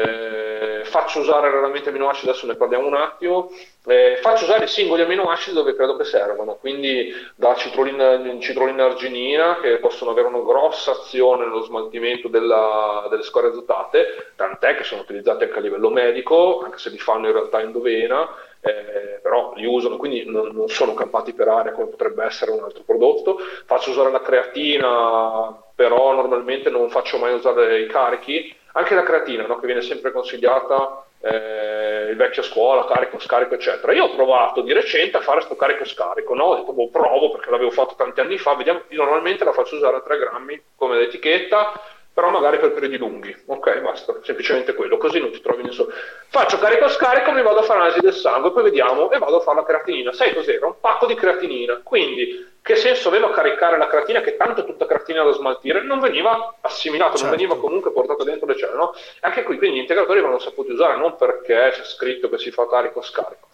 eh, faccio usare raramente aminoacidi, adesso ne parliamo un attimo, eh, faccio usare i singoli aminoacidi dove credo che servano, quindi da citrulina, citrulina arginina che possono avere una grossa azione nello smaltimento della, delle scorie azotate, tant'è che sono utilizzati anche a livello medico, anche se li fanno in realtà endovena, eh, però li usano, quindi non, non sono campati per aria come potrebbe essere un altro prodotto. Faccio usare la creatina, però normalmente non faccio mai usare i carichi, anche la creatina, no, che viene sempre consigliata, eh, il vecchio scuola, carico, scarico, eccetera. Io ho provato di recente a fare sto carico-scarico, no? Ho detto, boh, provo perché l'avevo fatto tanti anni fa, vediamo, io normalmente la faccio usare a tre grammi come l'etichetta, però magari per periodi lunghi, ok, basta, semplicemente quello, così non ti trovi nessuno. Faccio carico-scarico, mi vado a fare analisi del sangue, poi vediamo e vado a fare la creatinina. Sai cos'era? Un pacco di creatinina, quindi che senso aveva caricare la creatina, che tanto è tutta creatina da smaltire, non veniva assimilato, Certo. non veniva comunque portato dentro le cellule, no? Anche qui, quindi gli integratori vanno saputi usare, non perché c'è scritto che si fa carico-scarico.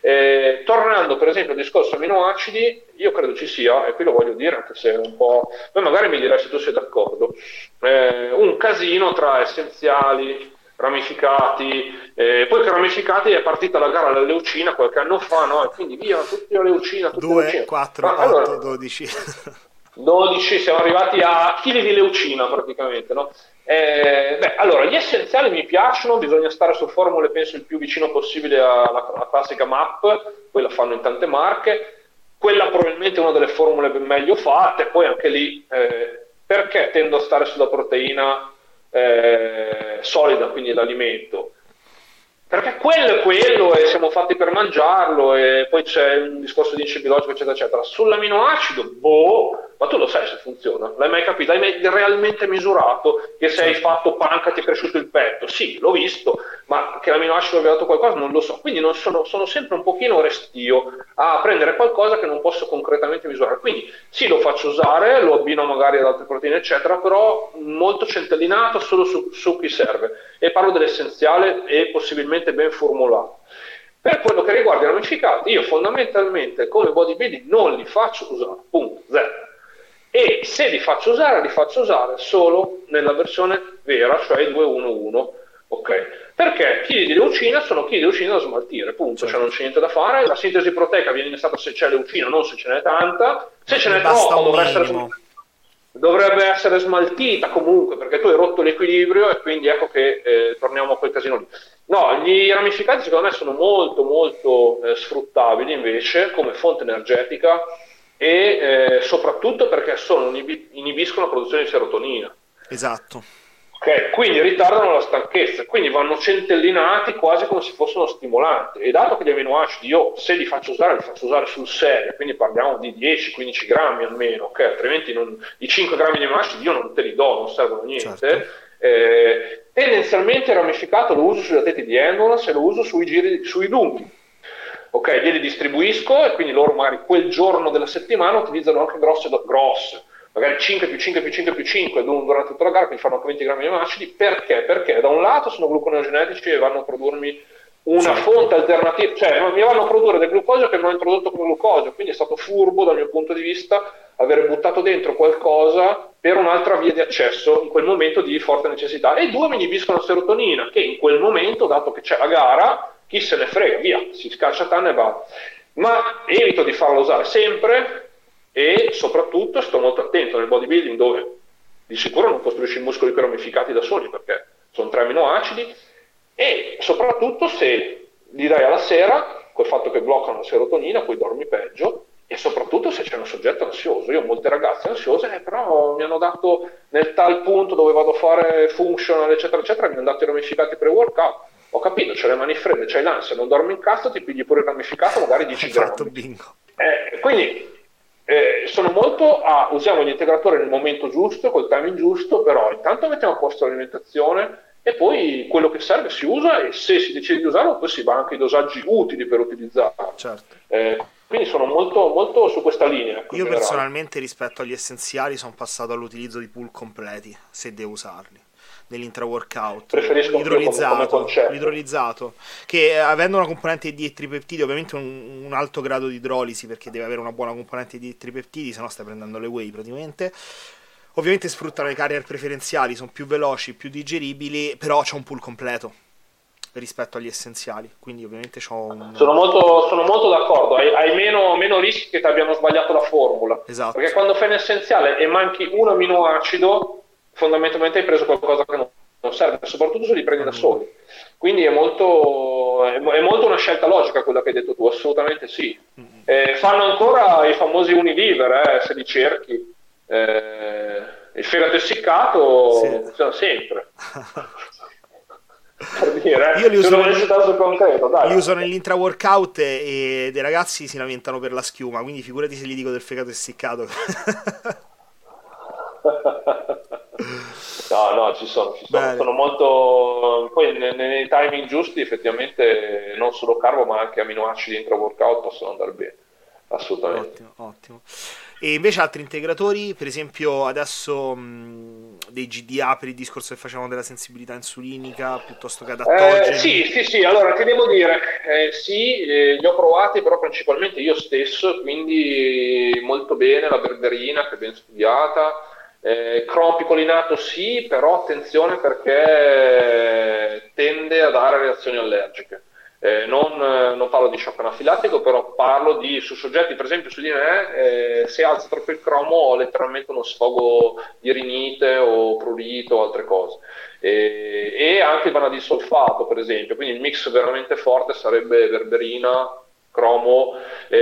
Eh, tornando per esempio al discorso aminoacidi, io credo ci sia, e qui lo voglio dire anche se è un po', poi magari mi dirai se tu sei d'accordo, eh, un casino tra essenziali, ramificati, eh, poi che ramificati è partita la gara alla leucina qualche anno fa, no? E quindi via, tutti la leucina, tutti la due, leucina. quattro, Ma otto, allora, dodici. dodici, siamo arrivati a chili di leucina praticamente, no? Eh, beh, allora, gli essenziali mi piacciono, bisogna stare su formule, penso, il più vicino possibile alla, alla classica M A P, poi la fanno in tante marche, quella probabilmente è una delle formule meglio fatte, poi anche lì, eh, perché tendo a stare sulla proteina eh, solida, quindi l'alimento? Perché quello è quello e siamo fatti per mangiarlo e poi c'è un discorso di inci biologico eccetera eccetera. Sull'aminoacido, boh, ma tu lo sai se funziona? L'hai mai capito? L'hai mai realmente misurato che se hai fatto panca ti è cresciuto il petto? Sì, l'ho visto, ma che l'aminoacido abbia dato qualcosa non lo so. Quindi non sono, sono sempre un pochino restio a prendere qualcosa che non posso concretamente misurare. Quindi sì, lo faccio usare, lo abbino magari ad altre proteine eccetera, però molto centellinato solo su, su chi serve. E parlo dell'essenziale e possibilmente ben formulato. Per quello che riguarda i ramificati, io fondamentalmente come bodybuilding non li faccio usare, punto, zero. E se li faccio usare, li faccio usare solo nella versione vera, cioè due uno uno, ok? Perché chili di leucina sono chili di leucina da smaltire, punto, certo. Cioè non c'è niente da fare, la sintesi proteica viene innestata se c'è leucina, non se ce n'è tanta, se ce n'è troppa dovrà essere smaltita. Dovrebbe essere smaltita comunque perché tu hai rotto l'equilibrio e quindi ecco che eh, torniamo a quel casino lì. No, gli ramificati secondo me sono molto molto eh, sfruttabili invece come fonte energetica e eh, soprattutto perché sono, inib- inibiscono la produzione di serotonina. Esatto. Okay, quindi ritardano la stanchezza, quindi vanno centellinati quasi come se fossero stimolanti. E dato che gli aminoacidi io se li faccio usare, li faccio usare sul serio, quindi parliamo di dieci quindici grammi almeno, okay? Altrimenti non, i cinque grammi di aminoacidi io non te li do, non servono a niente. Certo. Eh, tendenzialmente il ramificato lo uso sugli atleti di endurance e lo uso sui giri, sui lunghi. Ok, glieli distribuisco e quindi loro magari quel giorno della settimana utilizzano anche grosse, grosse magari cinque più cinque più cinque più cinque durante tutta la gara, quindi fanno anche venti grammi di aminoacidi. Perché? Perché da un lato sono gluconeogenetici e vanno a produrmi una fonte alternativa, cioè mi vanno a produrre del glucosio che non è introdotto come glucosio, quindi è stato furbo dal mio punto di vista avere buttato dentro qualcosa per un'altra via di accesso in quel momento di forte necessità. E due, mi inibiscono la serotonina, che in quel momento, dato che c'è la gara, chi se ne frega, via, si scaccia tanne e va. Ma evito di farla usare sempre e soprattutto sto molto attento nel bodybuilding dove di sicuro non costruisci i muscoli ramificati da soli perché sono tre aminoacidi e soprattutto se gli dai alla sera, col fatto che bloccano la serotonina, poi dormi peggio, e soprattutto se c'è un soggetto ansioso. Io ho molte ragazze ansiose, eh, però mi hanno dato nel tal punto dove vado a fare functional, eccetera, eccetera, mi hanno dato i ramificati pre-workout. Ho capito, c'hai le mani fredde, c'hai l'ansia, non dormi in cazzo, ti pigli pure il ramificato, magari Hai dieci fatto grammi. bingo. Eh, quindi eh, sono molto a usiamo gli integratori nel momento giusto, col timing giusto, però intanto mettiamo a posto l'alimentazione e poi quello che serve si usa e se si decide di usarlo poi si va anche ai dosaggi utili per utilizzarlo. Certo. Eh, quindi sono molto, molto su questa linea. Ecco, in Io generale. personalmente rispetto agli essenziali sono passato all'utilizzo di pool completi, se devo usarli, nell'intra-workout, Preferisco anch'io come, come l'idrolizzato, concetto. l'idrolizzato, che eh, avendo una componente di tripeptidi, ovviamente un, un alto grado di idrolisi, perché deve avere una buona componente di tripeptidi, se no stai prendendo le whey praticamente. Ovviamente sfruttano i carrier preferenziali, sono più veloci, più digeribili, però c'è un pool completo rispetto agli essenziali, quindi ovviamente c'ho un... Sono molto, sono molto d'accordo, hai, hai meno, meno rischi che ti abbiano sbagliato la formula, Esatto. perché quando fai un essenziale e manchi un aminoacido, fondamentalmente hai preso qualcosa che non, non serve, soprattutto se li prendi da soli. Quindi è molto, è, è molto una scelta logica quella che hai detto tu, assolutamente sì. Eh, fanno ancora i famosi Unilever, eh, se li cerchi. Eh, il fegato essiccato Sì. funziona sempre. Per dire, Io li se uso, uno volesse caso concreto, dai. li uso nell'intra workout e, e dei ragazzi si lamentano per la schiuma, quindi figurati se gli dico del fegato essiccato. No, no, ci sono, ci sono. Bene. Sono molto. Poi nei, nei timing giusti, effettivamente, non solo carbo, ma anche aminoacidi intra workout possono andare bene. Assolutamente. Ottimo, ottimo. E invece altri integratori, per esempio adesso mh, dei G D A per il discorso che facevamo della sensibilità insulinica, piuttosto che Eh, adattogeni. sì, sì, sì, allora ti devo dire, eh, sì, eh, li ho provati però principalmente io stesso, quindi molto bene la berberina che è ben studiata, eh, cropicolinato sì, però attenzione perché tende a dare reazioni allergiche. Eh, non, eh, non parlo di shock anafilattico, però parlo di su soggetti, per esempio su di me, eh, se alzo troppo il cromo ho letteralmente uno sfogo di rinite o prurito o altre cose. E, e anche il vanadisolfato, per esempio, quindi il mix veramente forte sarebbe berberina, cromo,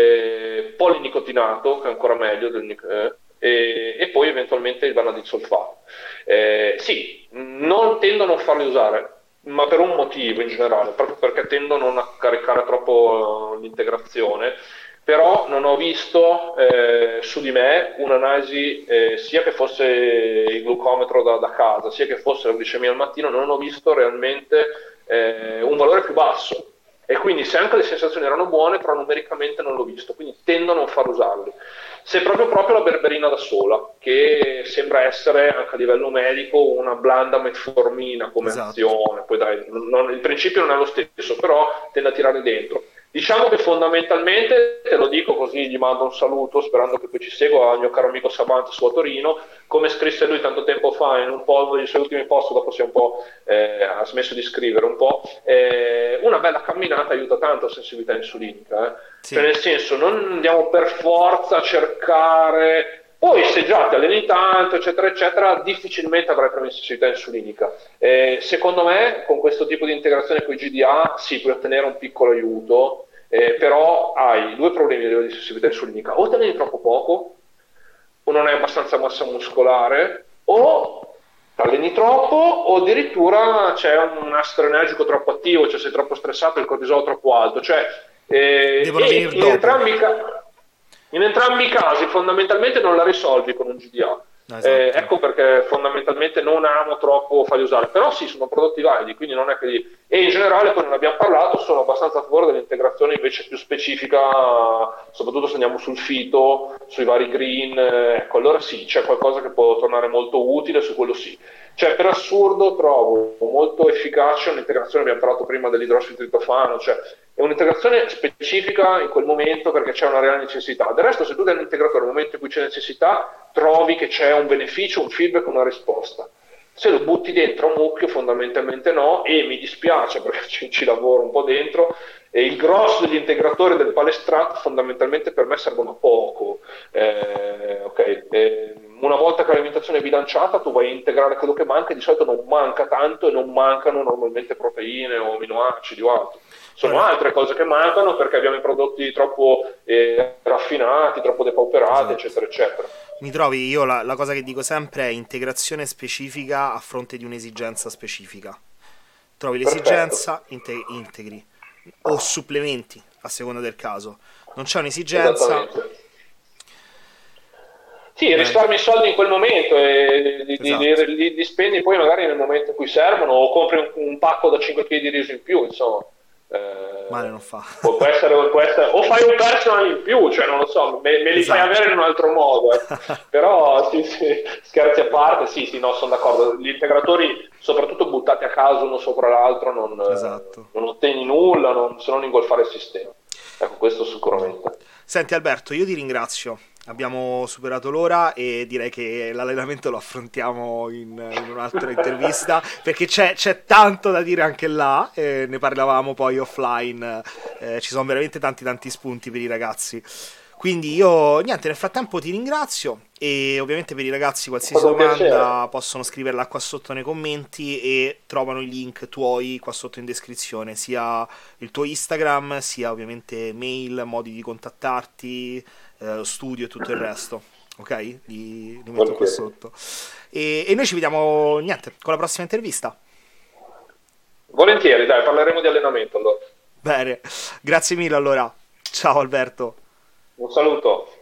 eh, polinicotinato, che è ancora meglio del, nic- eh, e, e poi eventualmente il vanadisolfato. Eh, sì, non tendo a non farli usare, ma per un motivo in generale, proprio perché tendo a non a caricare troppo eh, l'integrazione, però non ho visto eh, su di me un'analisi eh, sia che fosse il glucometro da, da casa, sia che fosse la glicemia al mattino, non ho visto realmente eh, un valore più basso. E quindi se anche le sensazioni erano buone, però numericamente non l'ho visto, quindi tendo a non far usarli. Se proprio proprio la berberina da sola, che sembra essere anche a livello medico una blanda metformina come Esatto. azione, poi dai, non- il principio non è lo stesso, però tende a tirare dentro. Diciamo che fondamentalmente, te lo dico così gli mando un saluto sperando che poi ci segua al mio caro amico Sabante su a Torino, come scrisse lui tanto tempo fa in un po' dei suoi ultimi post, dopo si è un po' eh, ha smesso di scrivere un po', eh, una bella camminata aiuta tanto la sensibilità insulinica, eh. Sì. Cioè nel senso non andiamo per forza a cercare. Poi se già ti alleni tanto, eccetera, eccetera, difficilmente avrai problemi di sensibilità insulinica. Eh, secondo me, con questo tipo di integrazione con i G D A, sì, puoi ottenere un piccolo aiuto, eh, però hai due problemi a livello di sensibilità insulinica. O te ne alleni troppo poco, o non hai abbastanza massa muscolare, o ti alleni troppo, o addirittura c'è un astro energico troppo attivo, cioè sei troppo stressato, il cortisolo troppo alto. Cioè, eh, Devono e venire in dopo. entrambi i casi. In entrambi i casi fondamentalmente non la risolvi con un G D A. Esatto. Eh, ecco perché fondamentalmente non amo troppo farli usare, però sì, sono prodotti validi, quindi non è che... E in generale, poi non abbiamo parlato, sono abbastanza a favore dell'integrazione invece più specifica, soprattutto se andiamo sul fito, sui vari green, eh, ecco, allora sì, c'è qualcosa che può tornare molto utile, su quello sì. Cioè, per assurdo trovo molto efficace un'integrazione, abbiamo parlato prima dell'idrossido tritofano, cioè è un'integrazione specifica in quel momento perché c'è una reale necessità. Del resto, se tu dai un integratore nel momento in cui c'è necessità, trovi che c'è un beneficio, un feedback, una risposta. Se lo butti dentro a mucchio, fondamentalmente no, e mi dispiace perché ci, ci lavoro un po' dentro, e il grosso degli integratori del palestrato fondamentalmente per me servono a poco. Eh, okay. eh, una volta che l'alimentazione è bilanciata, tu vai a integrare quello che manca, e di solito non manca tanto e non mancano normalmente proteine o aminoacidi o altro. Sono Allora, altre cose che mancano perché abbiamo i prodotti troppo eh, raffinati, troppo depauperati, esatto. eccetera, eccetera. Mi trovi, io la, la cosa che dico sempre è integrazione specifica a fronte di un'esigenza specifica. Trovi Perfetto, l'esigenza, inte- integri. O supplementi, a seconda del caso. Non c'è un'esigenza, esattamente. Sì, beh, risparmi soldi in quel momento e li, li- esatto, li- li spendi poi magari nel momento in cui servono o compri un, un pacco da cinque kg di riso in più, insomma. male Eh, non fa. può, può essere, può essere- o fai un personal in più, cioè non lo so, me, me li fai Esatto. avere in un altro modo. eh. Però sì, sì, scherzi a parte, sì, sì, no, sono d'accordo. Gli integratori, soprattutto buttati a caso uno sopra l'altro, non, eh, Esatto. non ottieni nulla, non, se non ingolfare il sistema. Ecco, questo No. sicuramente. Senti Alberto, io ti ringrazio. Abbiamo superato l'ora e direi che l'allenamento lo affrontiamo in, in un'altra intervista perché c'è, c'è tanto da dire anche là, eh, ne parlavamo poi offline, eh, ci sono veramente tanti tanti spunti per i ragazzi. Quindi io, niente, nel frattempo ti ringrazio e ovviamente per i ragazzi È qualsiasi stato un piacere. domanda possono scriverla qua sotto nei commenti e trovano i link tuoi qua sotto in descrizione, sia il tuo Instagram, sia ovviamente mail, modi di contattarti, eh, lo studio e tutto il resto. Ok? Li, li metto qua Volentieri. sotto. E, e noi ci vediamo, niente, con la prossima intervista. Volentieri, dai, parleremo di allenamento allora. Bene, grazie mille allora. Ciao Alberto. Un saluto.